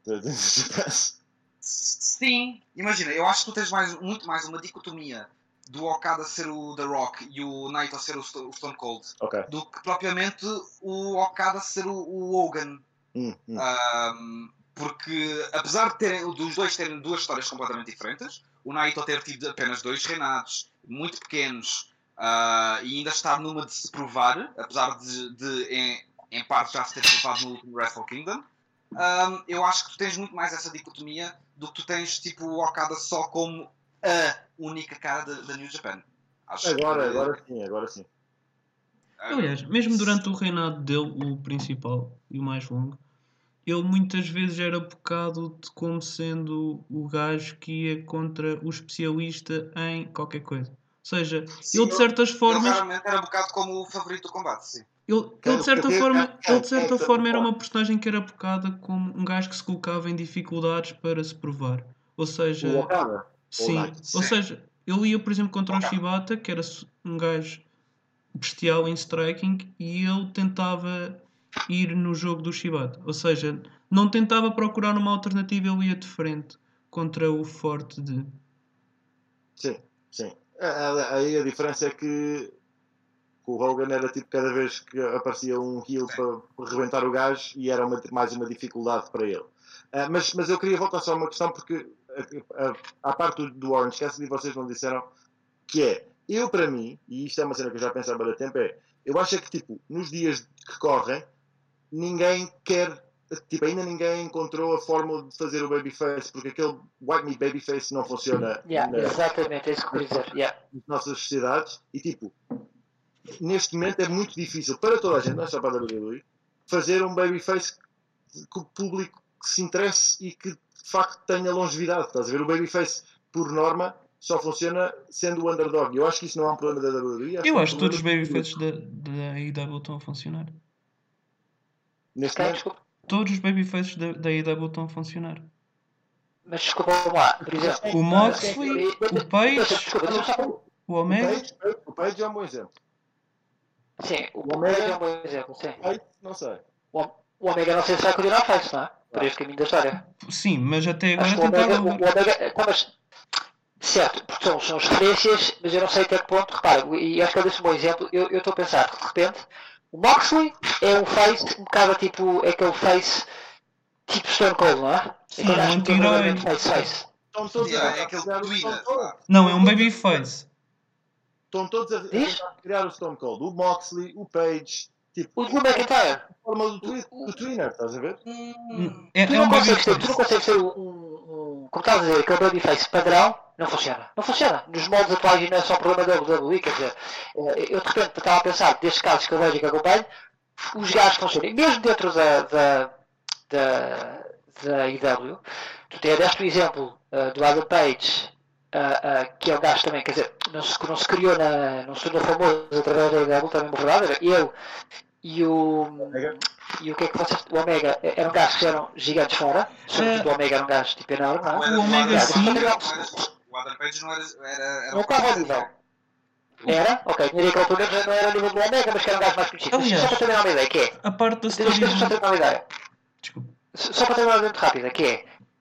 Sim, imagina, eu acho que tu tens mais, muito mais uma dicotomia do Okada ser o The Rock e o Naito ser o Stone Cold, okay. do que propriamente o Okada ser o, o Hogan. Hum, hum. Um, porque apesar de terem, dos dois terem duas histórias completamente diferentes, o Naito ter tido apenas dois reinados muito pequenos uh, e ainda estar numa de se provar, apesar de, de em, em parte já se ter provado no último Wrestle Kingdom, um, eu acho que tu tens muito mais essa dicotomia do que tu tens tipo o Okada só como a única cara da New Japan. Acho agora, que... agora sim, agora sim. Aliás, mesmo durante o reinado dele, o principal e o mais longo, ele muitas vezes era bocado de como sendo o gajo que ia contra o especialista em qualquer coisa. Ou seja, sim, ele de certas ele, formas... Ele realmente era bocado como o favorito do combate, sim. Ele, ele de certa forma, ele, de certa forma era uma personagem que era bocada como um gajo que se colocava em dificuldades para se provar. Ou seja... O Okada? Sim, ou seja, ele ia, por exemplo, contra o Shibata, que era um gajo bestial em striking, e ele tentava ir no jogo do Shibata. Ou seja, não tentava procurar uma alternativa, ele ia de frente contra o forte de... Sim, sim. Aí a diferença é que o Hogan era tipo cada vez que aparecia um heel para rebentar o gajo e era uma, mais uma dificuldade para ele. Uh, mas, mas eu queria voltar só a uma questão porque à parte do, do Orange Cassidy vocês não disseram que é, eu para mim, e isto é uma cena que eu já penso há muito tempo, é, eu acho que tipo, nos dias que correm, ninguém quer, tipo, ainda ninguém encontrou a fórmula de fazer o babyface, porque aquele white meat babyface não funciona yeah, na, exatamente, é isso que eu dizer. Yeah. nas nossas sociedades, e tipo, neste momento é muito difícil para toda a gente, não é só para a W W E, fazer um babyface que o público que se interesse e que de facto tenha longevidade. Estás a ver? O babyface, por norma, só funciona sendo o underdog. Eu acho que isso não é um problema da W W E. Acho Eu acho que todos os babyfaces da, da A E W estão a funcionar. Neste momento, todos os babyfaces da, da A E W estão a funcionar. Mas desculpa lá, por exemplo, o Moxley, o Page, o Omega. O Page é um bom exemplo. Sim, o, o Omega é um bom exemplo. Sim. Page, não sei. O, o Omega não sei se vai continuar a face, não é? Por este caminho da história. Sim, mas até agora tentava... O tentava... Omega... O Omega mas, certo, porque são, são as referências, mas eu não sei até que ponto, repara, e acho que eu disse um bom exemplo, eu estou a pensar que de repente o Moxley é um face, um bocado tipo, é aquele face tipo Stone Cold, não é? Sim, é um anti-herói. É aquele Twitter. Não, é um babyface. Estão todos a, a criar o Stone Cold, o Moxley, o Page... Tipo, o Drew McIntyre. A forma do, twi do Twinner, estás a ver? Hum, é, tu, é não um consegues ter, tu não consegues ter um, um, como estás a dizer, aquele babyface padrão, não funciona. Não funciona. Nos moldes atuais e não é só problema da W W E, quer dizer, eu de repente estava a pensar, destes casos que eu vejo e que acompanho, os gajos funcionam. E mesmo dentro da, da, da, da A E W, tu tens deste o exemplo uh, do Adam Page, uh, uh, que é um gajo também, quer dizer, não se, não se criou, na, não se tornou famoso através da A E W, também é verdade, eu e o Omega. E o que é que vocês. O Omega eram gajos que eram gigantes fora, sobretudo o Omega era um gajo tipo enorme, não é? O Omega sim. O Adam Page não era. era não estava a nível. Era? Ok, tinha que pelo menos não era o nível do Omega, mas que era um gajo mais conhecido. Aliás, só para ter uma ideia, que é. A parte da Deixa-me só ter uma ideia. Desculpa. Só para ter uma ideia muito rápida, que é.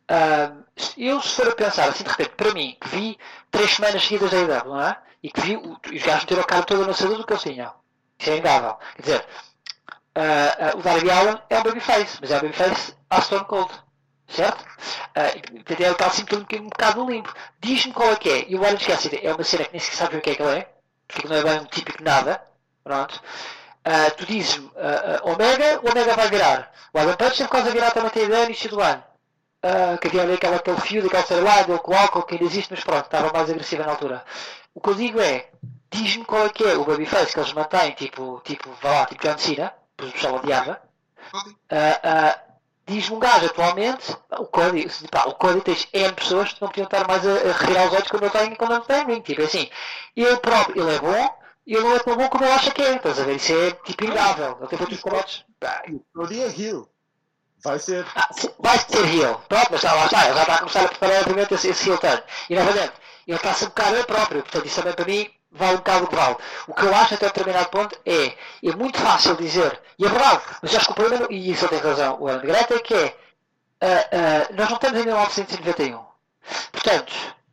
Uh, eu, se for a pensar assim de repente, para mim, que vi três semanas seguidas da A E W, não é? E que vi o- os gajos meteram a cara toda na saúde do que eles tinham. Isso é inegável. Quer dizer, uh, uh, o Darby Allin é um babyface, mas é um babyface à Stone Cold. Certo? Uh, ele está assim um, um bocado limpo. Diz-me qual é que é. E o Orange Cassidy é uma cena que nem sequer sabes o que é que ele é. Porque não é bem um típico nada. Pronto. Uh, tu dizes-me uh, uh, Omega, o Omega vai virar. O Adam Page teve quase a virar também tem no início do ano. Uh, que havia ali aquela, aquele fio, aquele celular, dele com o álcool que ainda existe, mas pronto, estava mais agressiva na altura. O que eu digo é, diz-me qual é que é o babyface que eles mantêm, tipo, tipo, vá lá, tipo John Cena, pois o pessoal odiava. Uh, uh, diz-me um gajo atualmente, o Cody, pá, o Cody tens N pessoas que não podiam estar mais a, a revirar os olhos quando eu tenho quando eu tenho, tipo assim, ele próprio, ele é bom, e ele não é tão bom como ele acha que é, estás a ver? Isso é tipo inegável, ele tem feito os combates. O Cody é heel. Vai ser. Ah, vai ser heel. Pronto, mas já lá está, ele já está a começar a preparar obviamente esse, esse heel turn. E novamente, ele está-se a bocar ele próprio, portanto isso também para mim vale um bocado o que vale. O que eu acho até um determinado ponto é, é muito fácil dizer, e é verdade, mas acho que o problema, e isso ele tem razão, o Alan Greta, é que é, uh, uh, nós não estamos em mil novecentos e noventa e um. Portanto,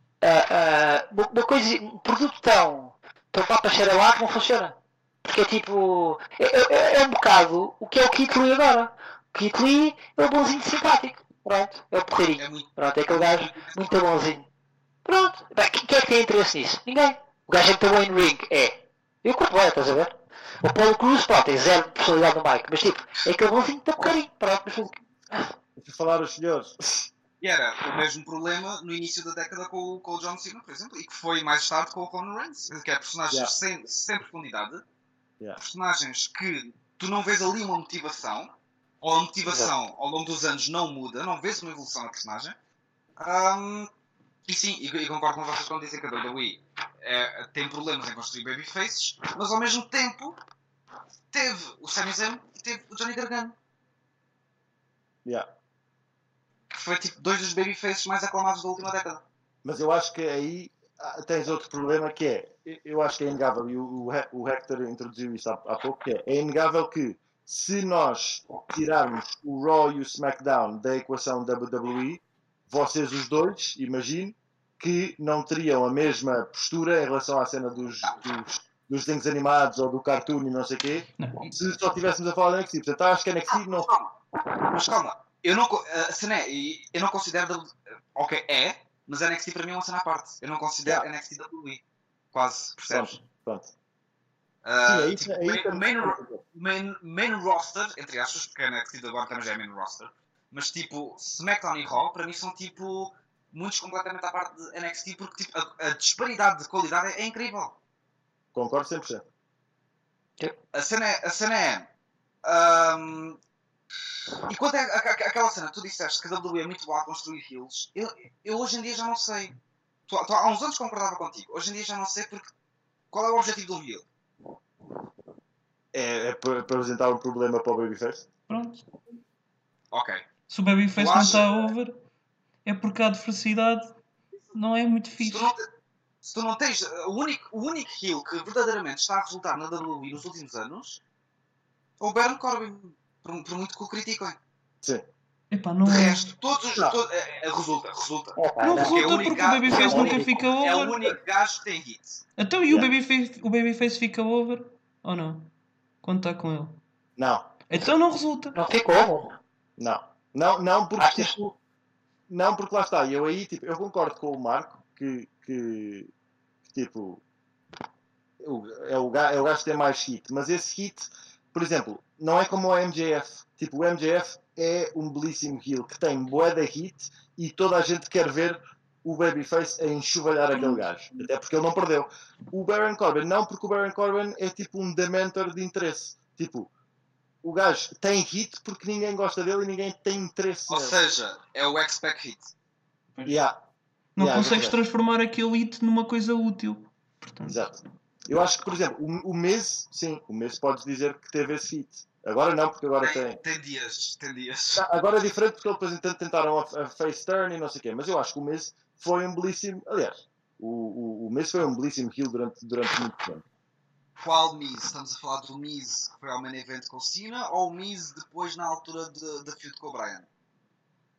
uh, uh, uma coisa, um produto tão, tão papa cheira lá que não funciona. Porque é tipo, é, é, é um bocado o que é o Keith Lee agora. Keith Lee é o bonzinho simpático. Pronto, é o porreirinho. É muito. Pronto, é aquele gajo muito bonzinho. Pronto, bem, quem é que tem interesse nisso? Ninguém. O gajo é muito bom em ring, é. Eu curto bem, estás a ver? O Paulo Cruz, pronto, tem zero personalidade no mic, mas tipo, é aquele bonzinho muito porreirinho. Pronto, mas... Deixa eu falar os senhores. E era o mesmo problema no início da década com, o- com o John Cena, por exemplo, e que foi mais tarde com o Roman Reigns, que é personagens Yeah. sem, sem profundidade, Yeah. personagens que tu não vês ali uma motivação, ou a motivação ao longo dos anos não muda, não vês uma evolução na personagem. Um, e sim, e, e concordo com vocês quando dizem que a W W E é, tem problemas em construir babyfaces, mas ao mesmo tempo teve o Sami Zayn e teve o Johnny Gargano, Yeah. que foi tipo dois dos babyfaces mais aclamados da última década. Mas eu acho que aí ah, tens outro problema que é, eu acho que é inegável, e o, o, He- o Hector introduziu isso há, há pouco, que é, é inegável que se nós tirarmos o Raw e o SmackDown da equação W W E, vocês os dois, imagino, que não teriam a mesma postura em relação à cena dos, dos, dos desenhos animados ou do cartoon e não sei o quê, Não, se só estivéssemos a falar de N X T. Portanto, acho que N X T não... Mas calma, eu não, co- a cena é, e eu não considero. Ok, é, mas N X T para mim é uma cena à parte. Eu não considero Yeah. N X T W W E. Quase, percebes? Pronto, pronto. Ah, Sim, aí, tipo, aí main, também... main, main, main roster, entre aspas, porque a N X T de agora também já é main roster, mas tipo, SmackDown e Raw para mim são tipo muitos completamente à parte de N X T, porque tipo, a, a disparidade de qualidade é, é incrível. Concordo cem por cento. A cena é. A cena é ahm, e quanto é a- a- aquela cena, tu disseste que a W W E é muito boa a construir heels, eu, eu hoje em dia já não sei. Tu, tu, há uns anos concordava contigo, hoje em dia já não sei porque. Qual é o objetivo do heel? É, é para para apresentar um problema para o Babyface? pronto. Ok. Se o Babyface Tu não acha- está over, é porque a adversidade não é muito Se fixe. tu não, te- se tu não tens. uh, O único, o único heel que verdadeiramente está a resultar na W W E nos últimos anos é o Baron Corbin. Por, por muito que o critiquem. Sim. Epá, não De é. resto, todos os. Não. to- é- é- resulta, resulta. É, pá, Não não. É o resulta único porque o gajo- Babyface é o nunca único- fica É o over. único gajo que tem hit. Então e o Yeah. Babyface, o Babyface fica over? Ou não? Quando está com ele? Não, Então não resulta. Não ficou. não. Não, não porque Achas? tipo, não porque lá está. Eu aí tipo, eu concordo com o Marco que, que, que, tipo o- é o, ga- é o gajo que tem mais hit, mas esse hit, por exemplo, não é como o M J F. Tipo, o M J F é um belíssimo heel que tem bué de hit e toda a gente quer ver o Babyface a enxovalhar aquele gajo. Até porque ele não perdeu. O Baron Corbin não, porque o Baron Corbin é tipo um dementor de interesse. Tipo, o gajo tem hit porque ninguém gosta dele e ninguém tem interesse Ou nele. seja, é o X-Pac hit. Yeah. Não Yeah, consegues exato. transformar aquele hit numa coisa útil. Portanto, Exato. Eu acho que, por exemplo, o, o mês, sim, o mês podes dizer que teve esse hit. Agora não, porque agora Tem, tem. tem dias, tem dias. Tá, agora é diferente porque eles depois tent- tentaram a, a face turn e não sei o quê, mas eu acho que o mês foi um belíssimo. Aliás, o, o, o mês foi um belíssimo heel durante, durante muito tempo. Qual Miz? Estamos a falar do Miz que foi ao main event com o Cena ou o Miz depois na altura de- da feud com o Brian?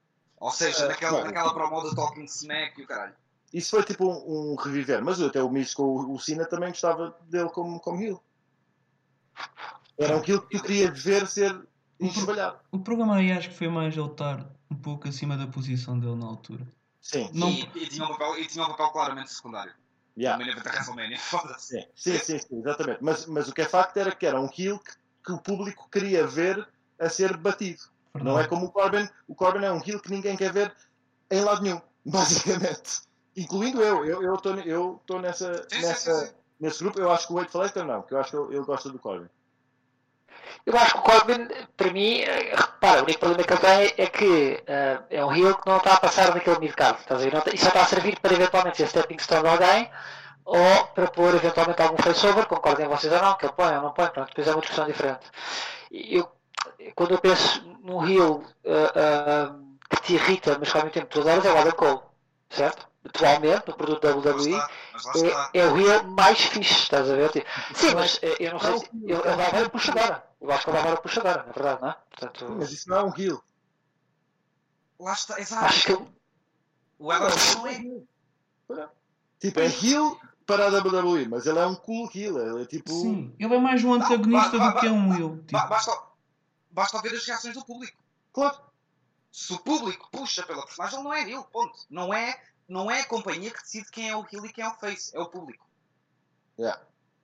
Ou seja, Ah, naquela, claro. naquela promo do Talking Smack e o caralho. Isso foi tipo um, um reviver, mas até o Miz com o, o Cena também gostava dele como, como heel. Era um heel que tu querias ver ser enxovalhado. O problema aí acho que foi mais ele estar um pouco acima da posição dele na altura. Sim, Não- E, e tinha um papel, e tinha um papel claramente secundário. yeah. No main event da WrestleMania, foda-se. sim, sim, sim, sim, exatamente. Mas, mas o que é facto era que era um heel que, que o público queria ver a ser batido. Verdade. Não é como o Corbin. O Corbin é um heel que ninguém quer ver em lado nenhum, basicamente. Incluindo eu. Eu estou eu eu nessa, Sim, sim, nessa, sim, sim. nesse grupo. Eu acho que o Wade Fletcher não, que eu acho que ele, ele gosta do Corbin. Eu acho que o Corbin, para mim, eh, repara, o único problema que ele tem é que eh, é um heel que não está a passar daquele mid-card, estás a ver? Não está- E só está a servir para eventualmente ser stepping stone de alguém ou para pôr eventualmente algum face-over, concordem vocês ou não, que ele põe ou não põe, pronto, depois é uma discussão diferente. E Eu, quando eu penso num heel eh, eh, que te irrita, mas que ao mesmo tempo tu adoras, é o Adam Cole, certo? Atualmente, no produto W Mas W E, lá está, mas lá está. é, é o heel mais fixe, estás a ver? Tipo, sim, mas eh, eu não sei se. Ele, ele vai agora puxa agora. Eu acho que ele vai agora puxa agora, na verdade, não é? Portanto, Sim, mas isso não é um heel. Lá está, exato. acho que ele. O Adam Cole não é. Tipo, é heel para a W W E, mas ele é um cool heel. Ele é tipo. Sim, ele é mais um antagonista ba- do que é um heel. Ba- Tipo, Basta, basta ver as reações do público. Claro. Se o público puxa pela personagem, ele não é heel, ponto. Não é, não é a companhia que decide quem é o heel e quem é o face, é o público. Yeah.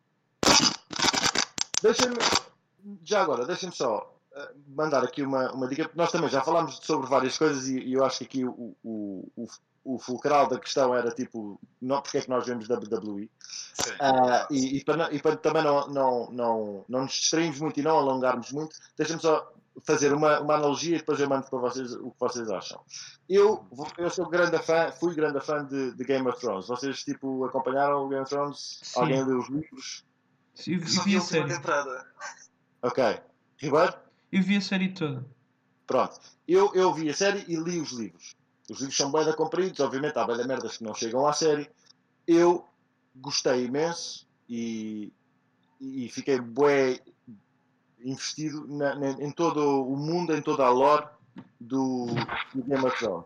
Deixa-me. Já agora, deixa-me só uh, mandar aqui uma, uma dica, porque nós também já falámos sobre várias coisas e, e eu acho que aqui o, o, o, o fulcral da questão era tipo, não, porque é que nós vemos W W E. Sim. Uh, e, e, para, não- e para também não, não, não, não nos distrairmos muito e não alongarmos muito, deixa-me só fazer uma, uma analogia e depois eu mando para vocês o que vocês acham. Eu, vou- eu sou grande fã, fui grande fã de, de Game of Thrones. Vocês tipo, acompanharam o Game of Thrones? Sim. Alguém leu os livros? eu, eu Só vi vi a a última série. temporada. Ok. Ribeiro? Eu vi a série toda. Pronto. Eu, eu vi a série e li os livros. Os livros são bem da compridos, obviamente há bem da merdas que não chegam à série. Eu gostei imenso e, e fiquei bué investido na- na- em todo o mundo, em toda a lore do, do Game of Thrones.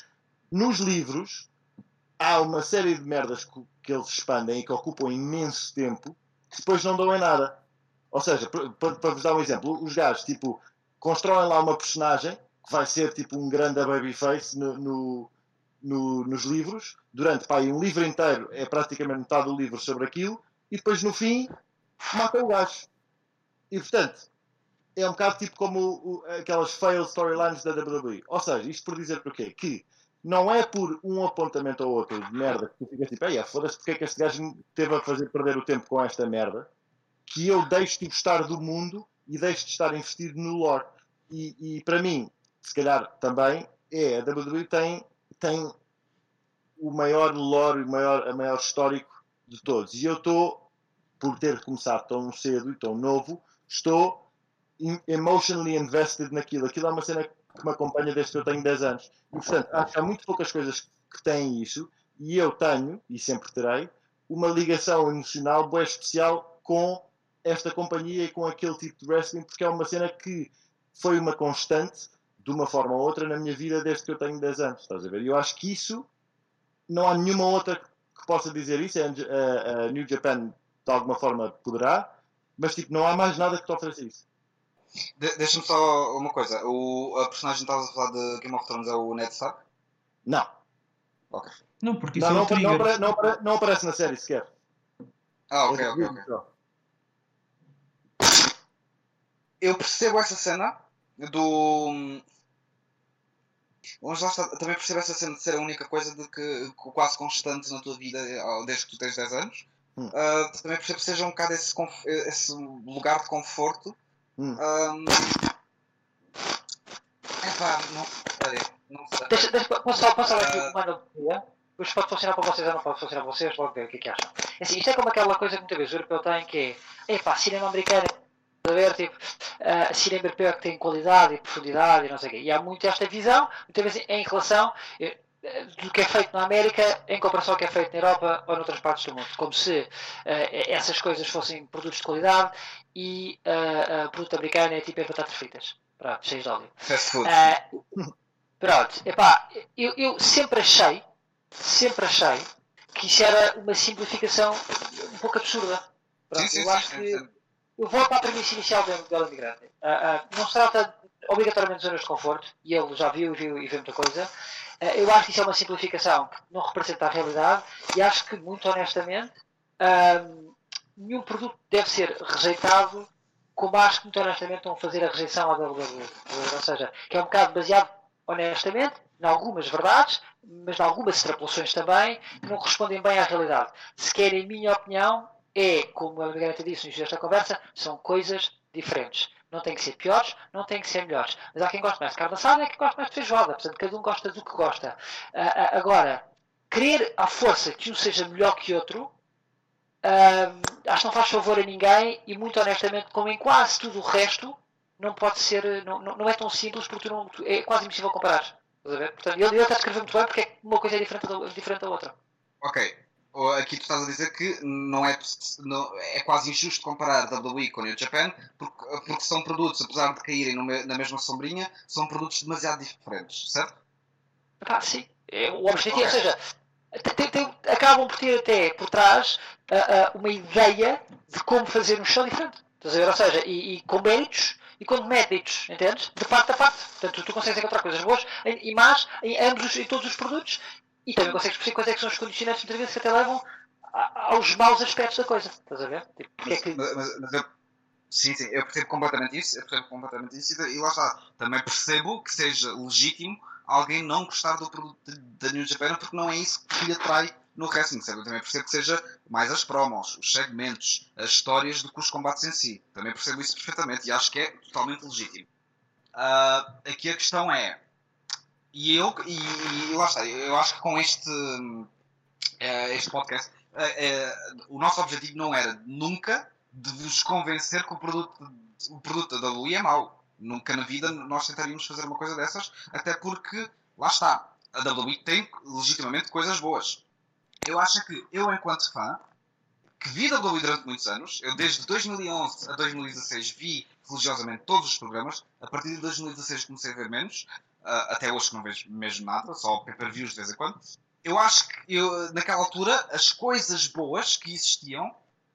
Nos livros há uma série de merdas que, que eles expandem e que ocupam imenso tempo que depois não dão em nada. Ou seja, para, para, para vos dar um exemplo, os gajos tipo, constroem lá uma personagem que vai ser tipo um grande babyface no, no, no, nos livros, durante pá, aí um livro inteiro, é praticamente metade do livro sobre aquilo, e depois no fim matam o gajo. E portanto, é um bocado tipo como o, o, aquelas fail storylines da W W E. Ou seja, isto por dizer o quê? Que não é por um apontamento ou outro de merda que tu ficas tipo, ei, foda-se, porque é que este gajo me teve a fazer perder o tempo com esta merda, que eu deixo de gostar do mundo e deixo de estar investido no lore. E, e para mim, se calhar também, é, a W W E tem, tem o maior lore, o maior, a maior histórico de todos. E eu estou, por ter começado tão cedo e tão novo, estou emotionally invested naquilo. Aquilo é uma cena que me acompanha desde que eu tenho dez anos. E, portanto, acho que há muito poucas coisas que têm isso. E eu tenho, e sempre terei, uma ligação emocional bem especial com esta companhia e com aquele tipo de wrestling, porque é uma cena que foi uma constante, de uma forma ou outra, na minha vida desde que eu tenho dez anos. Estás a ver? E eu acho que isso, não há nenhuma outra que possa dizer isso. A, a New Japan, de alguma forma, poderá, mas tipo, não há mais nada que te ofereça isso. De Deixa-me só uma coisa. O, a personagem que estavas a falar de Game of Thrones é o Ned Stark? Não. Ok. Não, porque isso Não, é não, o não, trigger. apare- não, apare- não aparece na série sequer. Ah, ok, É ok, ok. Eu percebo essa cena do. Mas lá está, também percebo essa cena de ser a única coisa de que, que quase constante na tua vida desde que tu tens dez anos. Hum. Uh, também percebo que seja um bocado esse, conf esse lugar de conforto. Hum. Um... Epá, não sei. Não sei. Deixa, deixa, posso só posso só aqui Ah. uma analogia? Isto pode funcionar para vocês ou não pode funcionar para vocês, logo ver o que é que acham. É assim, isto é como aquela coisa que muitas vezes o europeu tem que é, epá, cinema americano, a ver, tipo, uh, cinema europeu é que tem qualidade e profundidade e não sei o quê. E há muito esta visão, muitas vezes em relação eh, do que é feito na América em comparação ao que é feito na Europa ou noutras partes do mundo. Como se uh, essas coisas fossem produtos de qualidade e uh, uh, produto americano é tipo as batatas fritas. Pronto, cheios de óleo. Fast food. Uh, Pronto, epá, eu, eu sempre achei, sempre achei que isso era uma simplificação um pouco absurda. Pronto, sim, sim, eu acho sim, que sim. eu volto à premissa inicial do Bela Imigrante. Uh, uh, não se trata obrigatoriamente de zonas de conforto, e ele já viu e viu e vê muita coisa. Uh, eu acho que isso é uma simplificação que não representa a realidade, e acho que, muito honestamente, uh, nenhum produto deve ser rejeitado, como acho que, muito honestamente, estão a fazer a rejeição à W W E. Ou seja, que é um bocado baseado, honestamente, em algumas verdades, mas em algumas extrapolações também, que não correspondem bem à realidade. Se querem, em minha opinião, é, como a Margareta disse no início desta conversa, são coisas diferentes. Não tem que ser piores, não tem que ser melhores. Mas há quem goste mais de carne assada e há quem goste mais de feijoada. Portanto, cada um gosta do que gosta. Uh, uh, agora, querer à força que um seja melhor que outro, uh, acho que não faz favor a ninguém e, muito honestamente, como em quase tudo o resto, não pode ser, não, não, não é tão simples porque tu não, tu, é quase impossível comparar. Estás a ver? Portanto, ele, ele está a escrever muito bem porque é uma coisa é diferente da, diferente da outra. Ok. Aqui tu estás a dizer que não é, não, é quase injusto comparar W W E com New Japan porque, porque são produtos, apesar de caírem no, na mesma sombrinha, são produtos demasiado diferentes, certo? Ah, sim. É, o objetivo, okay. Ou seja, tem, tem, acabam por ter até por trás uh, uh, uma ideia de como fazer um show diferente. Estás a ver? Ou seja, e, e com méritos e com méritos, entendes? De facto a facto. Portanto, tu consegues encontrar coisas boas e más em ambos os, em todos os produtos e também consegues perceber quais é que são os condicionantes muitas vezes que até levam a, aos maus aspectos da coisa. Estás a ver? Tipo, mas, é que... mas, mas, mas eu, sim, sim, eu percebo completamente isso, eu percebo completamente isso e, e lá está. Também percebo que seja legítimo alguém não gostar do produto da New Japan porque não é isso que lhe atrai no wrestling, sabe? Eu também percebo que seja mais as promos, os segmentos, as histórias do que os combates em si. Também percebo isso perfeitamente e acho que é totalmente legítimo. Uh, aqui a questão é, e eu, e, e lá está, eu acho que com este, uh, este podcast, uh, uh, o nosso objetivo não era nunca de vos convencer que o produto, o produto da W W E é mau. Nunca na vida nós tentaríamos fazer uma coisa dessas, até porque, lá está, a W W E tem legitimamente coisas boas. Eu acho que eu, enquanto fã, que vi a W W E durante muitos anos, eu desde dois mil e onze a dois mil e dezasseis vi religiosamente todos os programas, a partir de dois mil e dezasseis comecei a ver menos, uh, até hoje que não vejo mesmo nada, só pay-per-views de vez em quando. Eu acho que eu, naquela altura as coisas boas que existiam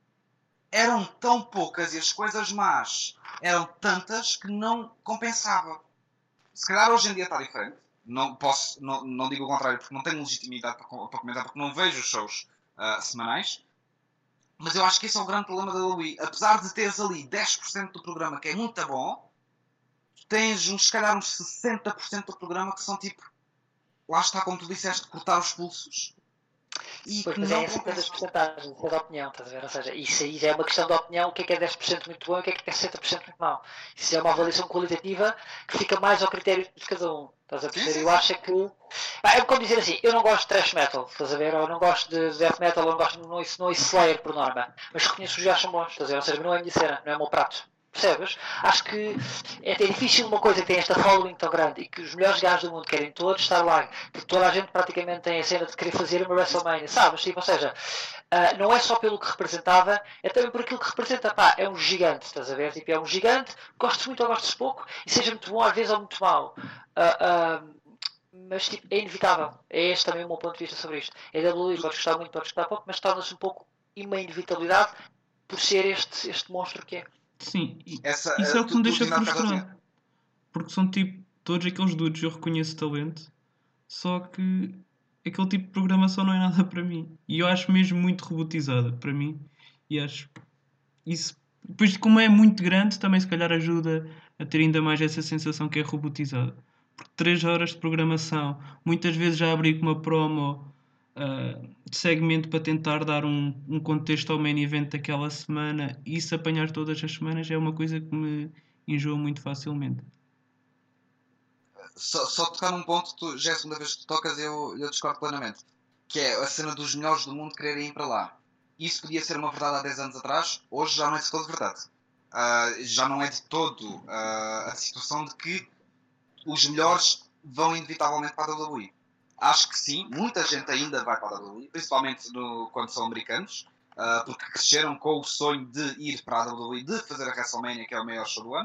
eram tão poucas e as coisas más eram tantas que não compensava. Se calhar hoje em dia está diferente. Não, posso, não, não digo o contrário porque não tenho legitimidade para, para comentar porque não vejo os shows uh, semanais. Mas eu acho que esse é o grande problema da W W E. Apesar de teres ali dez por cento do programa que é muito bom, tens uns, se calhar uns sessenta por cento do programa que são tipo, lá está como tu disseste, cortar os pulsos. E pois, mas é essa coisa das porcentagens, isso é da opinião, estás a ver? Ou seja, isso aí já é uma questão de opinião, o que é que é dez por cento muito bom e o que é que é sessenta por cento muito mau. Isso é uma avaliação qualitativa que fica mais ao critério de cada um, estás a perceber? Eu acho que... É como dizer assim, eu não gosto de thrash metal, estás a ver? Ou não gosto de death metal, ou não gosto de noise, noise slayer por norma, mas reconheço que os gajos são bons, estás a ver? Ou seja, não é a minha cena, não é o meu prato. Percebes? Acho que é, é difícil uma coisa que tem esta following tão grande e que os melhores gajos do mundo querem todos estar lá, porque toda a gente praticamente tem a cena de querer fazer uma WrestleMania, sabes? Tipo, ou seja, uh, não é só pelo que representava, é também por aquilo que representa. Pá, é um gigante, estás a ver? Tipo, é um gigante, gostes muito ou gostes pouco, e seja muito bom às vezes ou muito mau. Uh, uh, mas tipo, é inevitável. É este também o meu ponto de vista sobre isto. É W W E, podes gostar muito, podes gostar pouco, mas torna-se um pouco uma inevitabilidade por ser este, este monstro que é. Sim, Essa, isso é o que tu, me tu, deixa tu frustrado. Porque são tipo, todos aqueles dudes, eu reconheço talento, só que aquele tipo de programação não é nada para mim. E eu acho mesmo muito robotizada para mim. E acho isso, depois como é muito grande, também se calhar ajuda a ter ainda mais essa sensação que é robotizada. Porque três horas de programação, muitas vezes já abri com uma promo uh, de segmento para tentar dar um, um contexto ao main event daquela semana, e se apanhar todas as semanas é uma coisa que me enjoa muito facilmente. Só, só tocar num ponto, tu, já é a segunda vez que tu tocas e eu, eu discordo plenamente, que é a cena dos melhores do mundo quererem ir para lá. Isso podia ser uma verdade há dez anos atrás, hoje já não é de todo verdade. Uh, já não é de todo uh, a situação de que os melhores vão inevitavelmente para a W W E. Acho que sim, muita gente ainda vai para a W W E, principalmente no, quando são americanos, uh, porque cresceram com o sonho de ir para a W W E, de fazer a WrestleMania, que é o maior show do ano.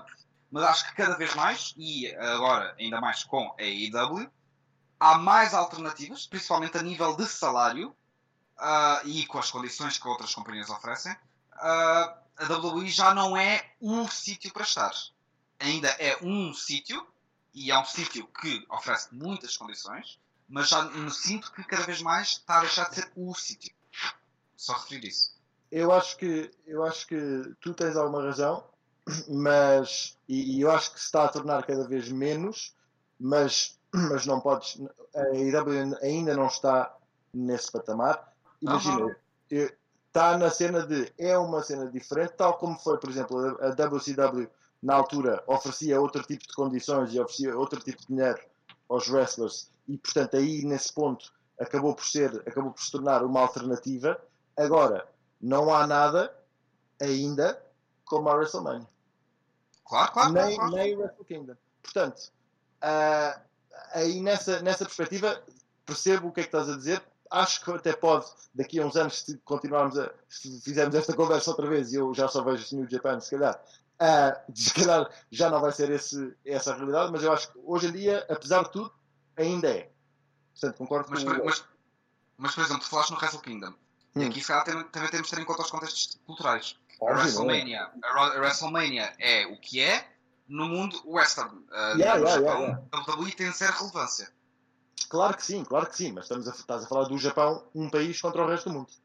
mas acho que cada vez mais, e agora ainda mais com a A E W, há mais alternativas, principalmente a nível de salário uh, e com as condições que outras companhias oferecem. Uh, a W W E já não é um sítio para estar. Ainda é um sítio, e é um sítio que oferece muitas condições, mas já me sinto que cada vez mais está a deixar de ser o sítio. Só referir isso. Eu acho que, eu acho que tu tens alguma razão, mas e, e eu acho que se está a tornar cada vez menos, mas, mas não podes. A A E W ainda não está nesse patamar. Imagina, eu, está na cena de. É uma cena diferente, tal como foi, por exemplo, a, a W C W na altura oferecia outro tipo de condições e oferecia outro tipo de dinheiro aos wrestlers, e portanto aí nesse ponto acabou por ser, acabou por se tornar uma alternativa. Agora, não há nada ainda como a WrestleMania. Claro, claro, nem, claro. nem o Wrestle Kingdom. Portanto, uh, aí nessa, nessa perspectiva, percebo o que é que estás a dizer. Acho que até pode, daqui a uns anos, se continuarmos a. Se fizermos esta conversa outra vez, e eu já só vejo New Japan, se calhar, uh, se calhar já não vai ser esse, essa a realidade, mas eu acho que hoje em dia, apesar de tudo, ainda é. Portanto, concordo mas, com o. Mas, mas, por exemplo, tu falaste no Wrestle Kingdom. Hum. E aqui, se calhar, também, também temos de ter em conta os contextos culturais. A Óbvio, WrestleMania, é. a, a WrestleMania é o que é no mundo western. Uh, Yeah, no yeah, Japão, yeah, yeah. a W W E tem zero relevância. Claro que sim, claro que sim, mas estamos a, estás a falar do Japão, um país contra o resto do mundo.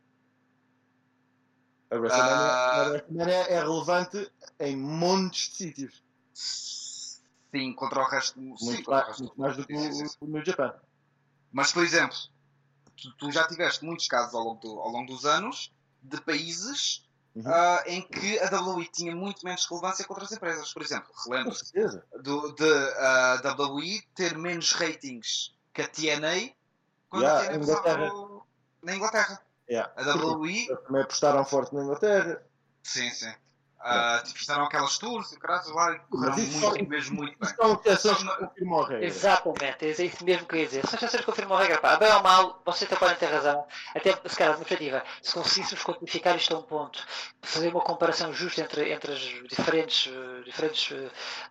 A WrestleMania, Uh, a WrestleMania é relevante em montes de sítios. Sim, contra o resto, sim, Muito, contra o mais, resto muito do mais mundo. do que Sim, sim, o, sim. o New Japan. Mas, por exemplo, tu, tu já tiveste muitos casos ao longo, do, ao longo dos anos de países Uhum. uh, em que a W W E tinha muito menos relevância que outras empresas. Por exemplo, Com relembro-se certeza. do, de a uh, W W E ter menos ratings que a T N A quando Yeah, a T N A Inglaterra. passava na Inglaterra. Yeah. A W W E, Eles também apostaram forte na Inglaterra. sim, sim. Uh, tipo, fizeram aquelas tours e caralho lá e correram Mas isso muito, são, mesmo muito bem. isso são exceções Só que na- confirmam a regra. Exatamente, é isso mesmo que eu ia dizer. São exceções que confirmam a regra. Pá, bem ou mal, vocês até podem ter razão. Até, se calhar, na perspectiva, se conseguíssemos quantificar isto a um ponto, fazer uma comparação justa entre, entre as diferentes, uh, diferentes uh, uh,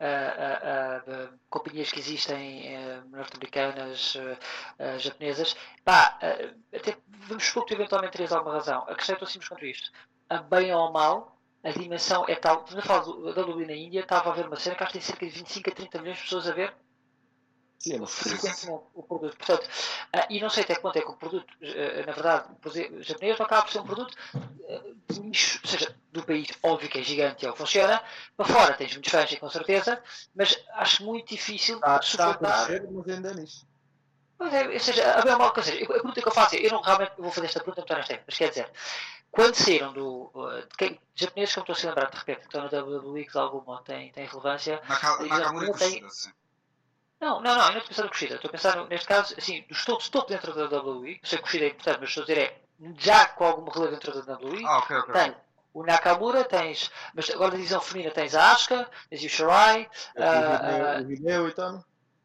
uh, uh, companhias que existem, uh, norte-americanas, uh, uh, japonesas, pá, uh, até vamos supor que tu eventualmente terias alguma razão. A questão é tão simples quanto isto. A bem ou mal, a dimensão é tal. Na fase da W W E na Índia, estava a ver uma cena que acho que tem cerca de vinte e cinco a trinta milhões de pessoas a ver Sim, mas frequentemente o produto. Portanto, uh, e não sei até quanto é que o produto, uh, na verdade, o japonês não acaba por ser um produto uh, de nicho, ou seja, do país, óbvio que é gigante e é o que funciona. Para fora tens muitos fãs, com certeza, mas acho muito difícil está, está a suportar. crescer, mas ainda é nisso. Pois é, ou seja, a bem ou mal, quer dizer, a pergunta que eu faço é, eu não realmente vou fazer esta pergunta muito honesta, mas quer dizer, quando saíram do. Uh, quem, japoneses que eu me estou a se lembrar de repente, que estão na W W E, que de alguma tem, tem relevância. Naka- e Nakamura e já tem- Kushida, sim. Não, não, não, eu não estou a pensar no Kushida, estou a pensar no- neste caso, assim, dos todos topo dentro da W W E, eu sei que o Kushida é importante, mas estou a dizer é, já com alguma relevância dentro da W W E, Ah, ok, ok. tem o Nakamura, tens, mas agora na divisão feminina tens a Asuka, tens o Shirai, ah, O Hideo e tal.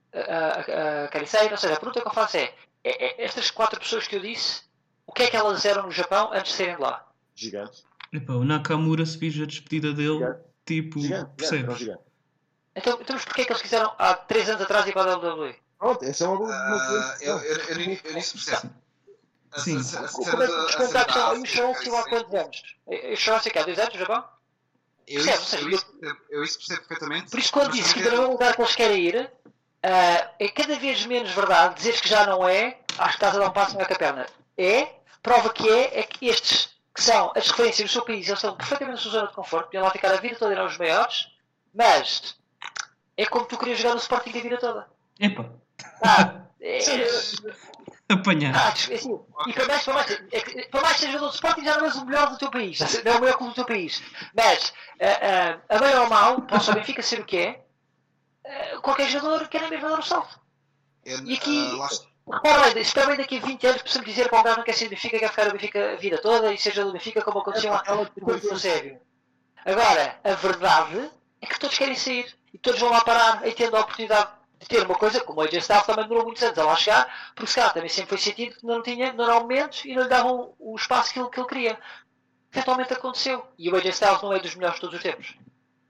a Karisei, ou seja, a pergunta que eu faço é, é, é, estas quatro pessoas que eu disse, o que é que elas eram no Japão antes de serem de lá? Gigante. Epá, o Nakamura, se vires a despedida dele, Gigante. tipo, Gigante. Gigante. Não, percebes? gigante. Então, então mas porquê é que eles quiseram há três anos atrás ir para a W W E? Pronto, essa é uma boa. Ah, eu, eu, eu, eu, eu nisso percebo. A- Sim. a- a- a Como cena é que da- a desconta cena a questão? da E o Shirai Asuka, saiu há isso- quantos anos? O Shirai saiu há dois anos no Japão? Eu Percebe, isso, ou seja, eu, isso percebo, eu isso percebo perfeitamente. Por isso, quando mas disse que também não é um lugar que eles querem ir, uh, é cada vez menos verdade. Dizeres que já não é, acho que estás a dar um passo maior que a perna. É, prova que é, é que estes, que são as referências do seu país, eles estão perfeitamente na sua zona de conforto, podiam lá ficar a vida toda e eram os maiores, mas é como tu querias jogar no Sporting a vida toda. Epá, Ah, é, apanhar. ah, assim, e para mais, para mais, é que, para mais que seja jogador de Sporting, já não és o melhor do teu país, não é o melhor clube do teu país. Mas, uh, uh, a bem ou a mal, posso o Benfica ser o que é, uh, qualquer jogador quer mesmo dar o salto. eu- E aqui, ah, lá está. repara bem, espera bem daqui a vinte anos, precisamos dizer para um gajo não quer ser do Benfica, quer ficar no Benfica a vida toda, e seja do Benfica como aconteceu lá depois do Sérgio. Agora, a verdade é que todos querem sair, e todos vão lá parar, aí tendo a oportunidade de ter uma coisa, como o A J Styles também demorou muitos anos a lá chegar, porque se calhar também sempre foi sentido que não tinha, não era momentos e não lhe davam o espaço que ele, que ele queria. Eventualmente aconteceu. E o A J Styles não é dos melhores de todos os tempos.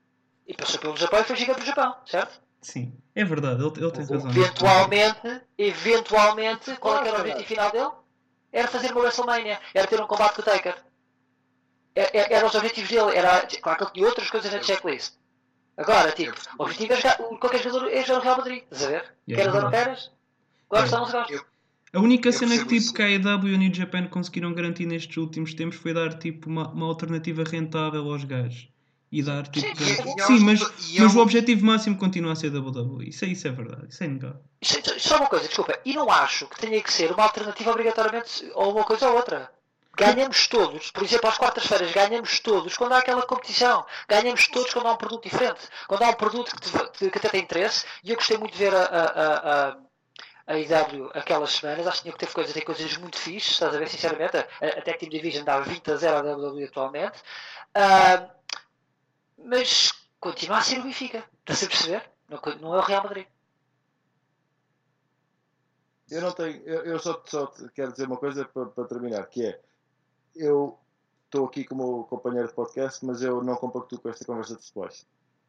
e passou pelo Japão e foi gigante no Japão, certo? Sim, é verdade, ele, ele tem razão. Eventualmente, eventualmente, qual é que era o Claro. objetivo final dele? Era fazer uma WrestleMania, era ter um combate com o Taker. Era, era, era os objetivos dele, era, claro que ele tinha outras coisas na checklist. Agora, tipo, o objetivo é jogar, qualquer jogador é jogar no Real Madrid, estás a ver? Yeah, Queres ou não verdade. queres? Gosta Yeah. ou não se gosta? Eu- A única Eu cena que percebo tipo, isso. que a A E W e a New Japan conseguiram garantir nestes últimos tempos foi dar tipo, uma, uma alternativa rentável aos gajos. E dar tipo. Sim, E, é- e é Sim, os- mas, e é mas o o- objetivo máximo continua a ser W W E. Isso, é- isso é verdade, isso é inegável. Só- Só uma coisa, desculpa, e não acho que tenha que ser uma alternativa obrigatoriamente ou uma coisa ou outra. Ganhamos todos, por exemplo, às quartas-feiras ganhamos todos quando há aquela competição. Ganhamos todos quando há um produto diferente. Quando há um produto que, te, que até tem interesse, e eu gostei muito de ver a, a, a, a, a I W aquelas semanas, acho que tinha que ter coisas, tem coisas muito fixes, estás a ver, sinceramente. A, a Tag Team Division dá vinte a zero à W W E atualmente. Ah, mas continua a ser o Benfica, estás a perceber? Não, não é o Real Madrid. Eu não tenho. Eu, eu só, só te quero dizer uma coisa para, para terminar, que é eu estou aqui como companheiro de podcast, mas eu não compactuo com esta conversa de splash.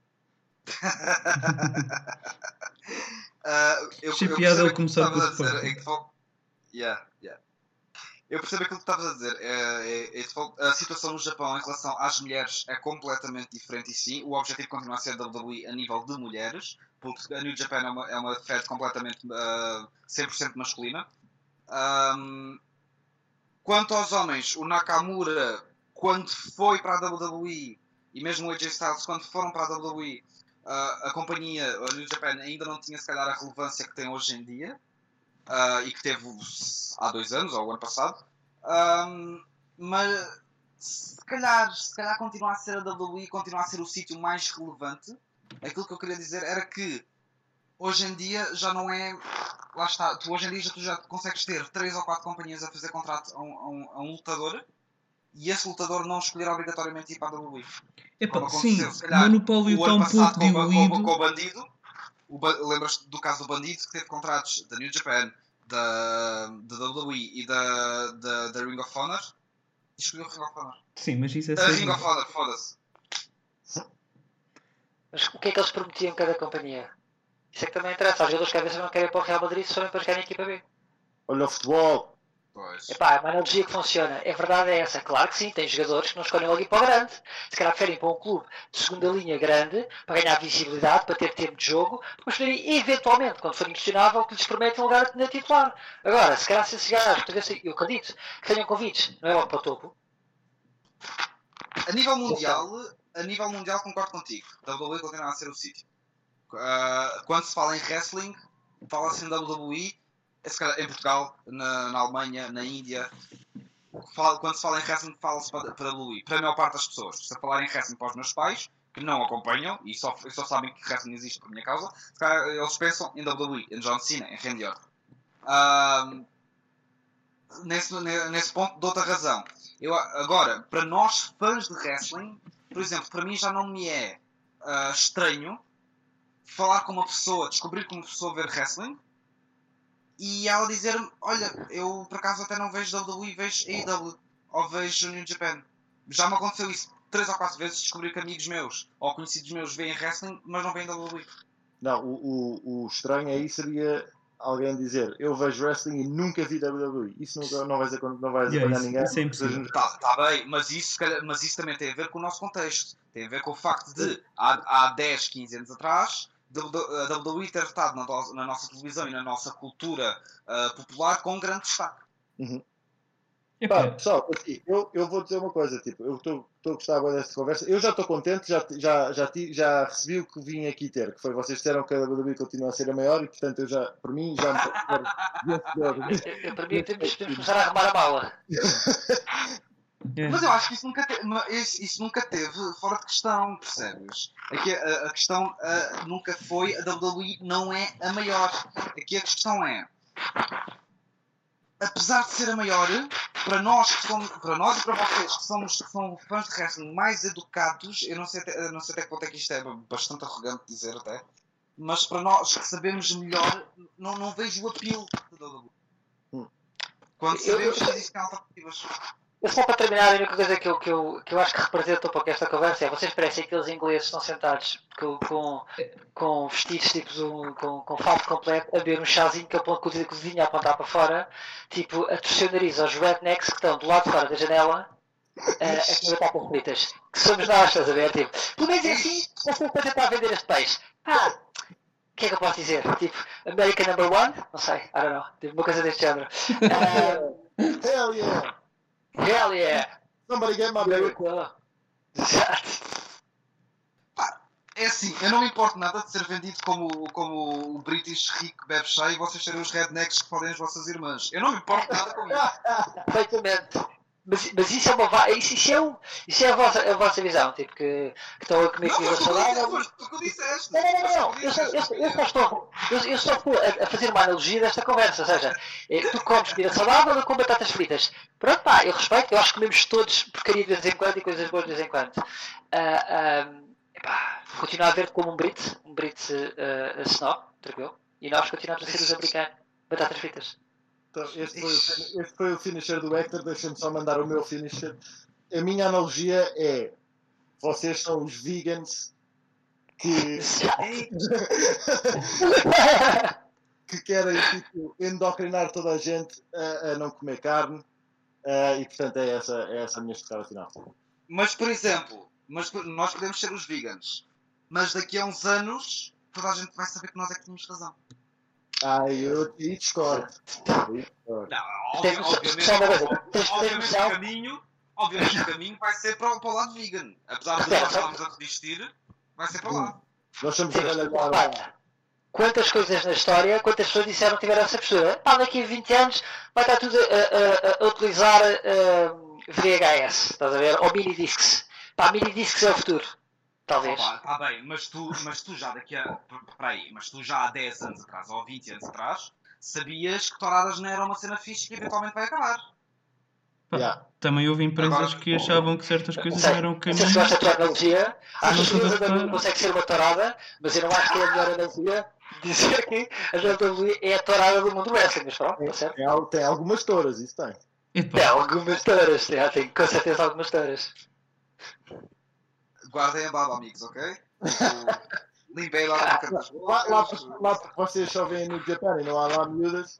Ah, eu, Achei eu piada percebo ele aquilo que começar estavas com a o dizer. Sporting. É que fal- yeah, yeah. Eu percebo aquilo que estavas a dizer. É, é, é, de fal- a situação no Japão em relação às mulheres é completamente diferente e sim, o objetivo continua a ser a W W E a nível de mulheres, porque a New Japan é uma, é uma fed completamente uh, cem por cento masculina. Um, quanto aos homens, o Nakamura, quando foi para a W W E, e mesmo o A J Styles, quando foram para a W W E, uh, a companhia, a New Japan, ainda não tinha se calhar a relevância que tem hoje em dia. Uh, e que teve há dois anos, ou o ano passado. Um, mas se calhar, se calhar continua a ser a W W E, continua a ser o sítio mais relevante. Aquilo que eu queria dizer era que hoje em dia já não é. Lá está, tu hoje em dia já, tu já consegues ter três ou quatro companhias a fazer contrato a um, a um, a um lutador e esse lutador não escolher obrigatoriamente ir para a W W E. Epá, Como sim, aconteceu, se o calhar, monopólio o está ano um pouco passado com, o ba- com, o- diluído. com o Bandido. O ba- Lembras-te do caso do Bandido que teve contratos da New Japan, da, da W W E e da, da, da Ring of Honor? E escolheu o Ring of Honor. Sim, mas isso é A Ring sério. of Honor, foda-se. Mas o que é que eles prometiam cada companhia? Isso é que também interessa. Os jogadores que às vezes não querem ir para o Real Madrid se forem para jogar na equipa B. Olha o futebol. Pois. Epá, é uma analogia que funciona. É verdade é essa. Claro que sim, tem jogadores que não escolhem logo ir para o grande. Se calhar preferem ir para um clube de segunda linha grande, para ganhar visibilidade, para ter tempo de jogo, depois escolherem eventualmente, quando for inquestionável, que lhes promete um lugar na titular. Agora, se calhar se esses gajos, eu acredito, que tenham convites, não é logo para o topo. A nível mundial, a nível mundial concordo contigo. A W W E continua a ser o sítio. Uh, quando se fala em wrestling, fala-se em W W E, se calhar em Portugal, na, na Alemanha, na Índia. Fala, quando se fala em wrestling, fala-se para, para a W W E. Para a maior parte das pessoas. Se a falar em wrestling para os meus pais, que não acompanham e só, e só sabem que wrestling existe por minha causa, se calhar eles pensam em W W E, em John Cena, em Randy Orton. Uh, nesse, nesse ponto, de outra razão. Eu, agora, para nós fãs de wrestling, por exemplo, para mim já não me é uh, estranho falar com uma pessoa, descobrir que uma pessoa ver wrestling e ela dizer-me, olha, eu por acaso até não vejo W W E, vejo A E W ou vejo New Japan. Já me aconteceu isso três ou quatro vezes, descobrir que amigos meus ou conhecidos meus veem wrestling, mas não veem W W E. Não, o, o, o estranho aí seria alguém dizer eu vejo wrestling e nunca vi W W E. Isso nunca, não vais, não vais Yeah, apanhar isso- ninguém. isso é impossível. Tá, tá bem, mas isso, mas isso também tem a ver com o nosso contexto. Tem a ver com o facto de, há, há dez, quinze anos atrás, a W W E ter estado na, do- na nossa televisão e na nossa cultura uh, popular com um grande destaque. Uhum. Epá, Pá, pessoal, assim, eu, eu vou dizer uma coisa, tipo, eu estou a gostar bem desta conversa, eu já estou contente, já, já, já, ti- já recebi o que vim aqui ter, que foi vocês disseram que a W W E continua a ser a maior e portanto eu já, por mim, já me Eu, eu, para mim, temos, temos que começar a arrumar a mala. é. Mas eu acho que isso nunca, te, ma- isso, isso nunca teve fora de questão, percebes? Aqui a, a questão uh, nunca foi, a W W E não é a maior. Aqui a questão é, apesar de ser a maior, para nós, que somos, para nós e para vocês que somos, que são fãs de wrestling mais educados, eu não sei até, eu não sei até que ponto é que isto é bastante arrogante dizer até, mas para nós que sabemos melhor, não, não vejo o apelo da W W E. Hum. Quando Eu- sabemos eu- que existem alternativas. eu só para terminar, a única coisa que eu, que, eu, que eu acho que representa um pouco esta conversa é vocês parecem aqueles ingleses que estão sentados com, com, com vestidos tipo do, com, com fato completo a beber um chazinho com a ponta de cozinha a apontar para fora, tipo a torcer o nariz aos rednecks que estão do lado de fora da janela a comer batatas fritas. Que somos nós, estás a ver? Tipo, pelo menos é assim, você está a tentar vender este peixe. Ah, o que é que eu posso dizer? Tipo, American number one? Não sei, I don't know. Tipo, uma coisa deste género. Uh, Hell yeah! Hell yeah! Somebody get my beer! Exato. É assim, eu não me importo nada de ser vendido como, como o British rico bebe chá e vocês serem os rednecks que podem as vossas irmãs. Eu não me importo nada com isso. Perfeitamente. Mas, mas isso é uma va- isso, isso é, um, isso é a, vossa, a vossa visão, tipo que, que estão a comer Não, comida mas tu saudável. disseste, tu que disseste. Não, não, não, não. Eu, só, eu, só- eu só estou, eu, eu só estou a, a fazer uma analogia desta conversa, ou seja, é, tu comes comida saudável ou com batatas fritas. Pronto, pá, eu respeito, eu acho que comemos todos porcaria de vez em quando e coisas boas de vez em quando. Ah, ah, epá, continuo a ver-te como um Brit, um Brit uh, snob, tranquilo, e nós continuamos a ser os americanos, batatas fritas. Então, este, foi, o- este foi o finisher do Hector, deixa-me só mandar o meu finisher. A minha analogia é: vocês são os vegans que, que querem tipo, endocrinar toda a gente a, a não comer carne, uh, e portanto é essa, é essa a minha estocada final. Mas, por exemplo, mas, nós podemos ser os vegans, mas daqui a uns anos toda a gente vai saber que nós é que tínhamos razão. Ah, eu e discordo. Eu discordo. Não, Tens- obvi- obviamente, só uma coisa, tens- tens obviamente, noção? o caminho, obviamente o caminho vai ser para, o- para o lado vegan. Apesar de nós estarmos a resistir, vai ser para lá. Nós somos a velha guarda. Repara, quantas coisas na história, quantas pessoas disseram que tiveram essa postura? Pá, daqui a vinte anos vai estar tudo a, a- a- a utilizar uh, V H S, estás a ver? Ou mini-discs. Pá, mini-discs é o futuro. Talvez. Está bem, mas tu, mas tu já daqui a. Peraí, mas tu já há dez anos atrás ou vinte anos atrás sabias que touradas não era uma cena fixe que eventualmente vai acabar. Pá, Yeah. Também houve empresas Agora- que achavam que certas coisas Sei, não eram o não sei caminho. se gosta da tua analogia. Acho não que se a adaptar. W W E consegue ser uma tourada, mas eu não acho que é a melhor analogia dizer que a W W E é a tourada do mundo do wrestling. Mas pronto, está certo? Tem, al- tem algumas touras, isso tem. Epá, Tem algumas touras, tem, tem com certeza algumas touras. Guardem a baba, amigos, ok? O- Limpei lá na boca das Lá, lá, bocas. lá porque vocês só veem no Japão e não há lá miúdas.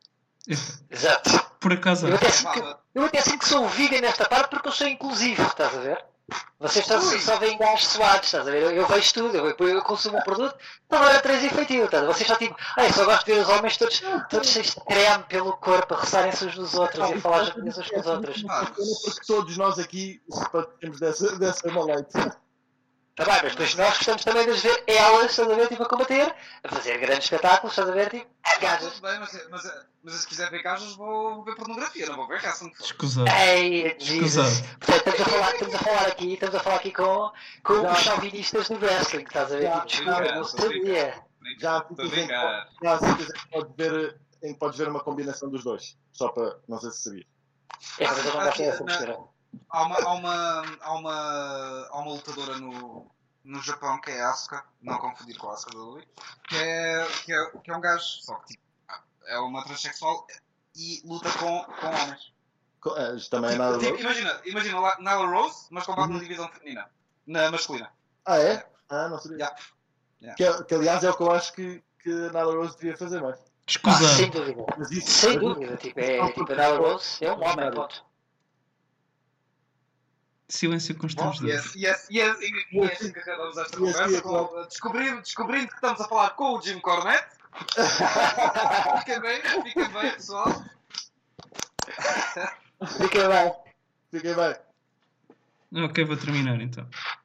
Exato. por acaso, Eu até, sinto que, eu até sinto que sou um vegan nesta parte porque eu sou inclusivo, estás a ver? Vocês só, Ui. só veem gajos suados, estás a ver? Eu, eu vejo tudo, eu, eu consumo um produto, então agora três efetivo, estás a ver? Vocês só tipo, ah, eu só gosto de ver os homens todos, todos cheios de creme pelo corpo, a roçarem-se uns nos outros e a falar japonês uns com os outros. Porque todos nós aqui partimos dessa, dessa maleite. Tá bem, mas depois nós gostamos também de as ver elas, estás a ver, tipo, a combater, a fazer grandes espetáculos, estás a ver, tipo, Ah, gajas. tudo bem, mas, mas, mas se quiser ver gajas, vou ver pornografia, não vou ver wrestling. escusado. Ei, Jesus. Escusado. Portanto, estamos a falar, estamos a falar aqui, estamos a falar aqui com, com Já. os chauvinistas do wrestling, estás a ver? Já. Tipo, desculpa, não sabia. Já há Estou a sítios em que brincar. já há sítios em que podes ver, em que podes ver uma combinação dos dois. Só para, não sei se sabia. É, mas eu não gosto dessa Na- postura. Há uma, há uma, há uma, há uma lutadora no, no Japão que é a Asuka, não confundir com a Asuka da Lui, que é, que, é, que é um gajo, só que tipo, é uma transexual e luta com, com homens. Co- eh, Isto também é nada. Tipo, imagina, imagina lá Nyla Rose, mas combate na divisão feminina, na masculina. Ah, é? Ah, não sabia. Yeah. Yeah. Que, é- que aliás é o que eu acho que, que a Nyla Rose devia fazer mais. Ah, Escusado. sem dúvida. Mas isso, Sem mas isso- dúvida. Tipo, é, tipo, a Nyla Rose é um homem, ponto. Silêncio Bom, constrangedor. yes, yes, yes, e, e é assim que acabamos esta Yes, conversa, yes, com, descobrindo, descobrindo que estamos a falar com o Jim Cornette. Fica bem, fica bem, pessoal. Fica bem. Fiquei bem. Ok, vou terminar então.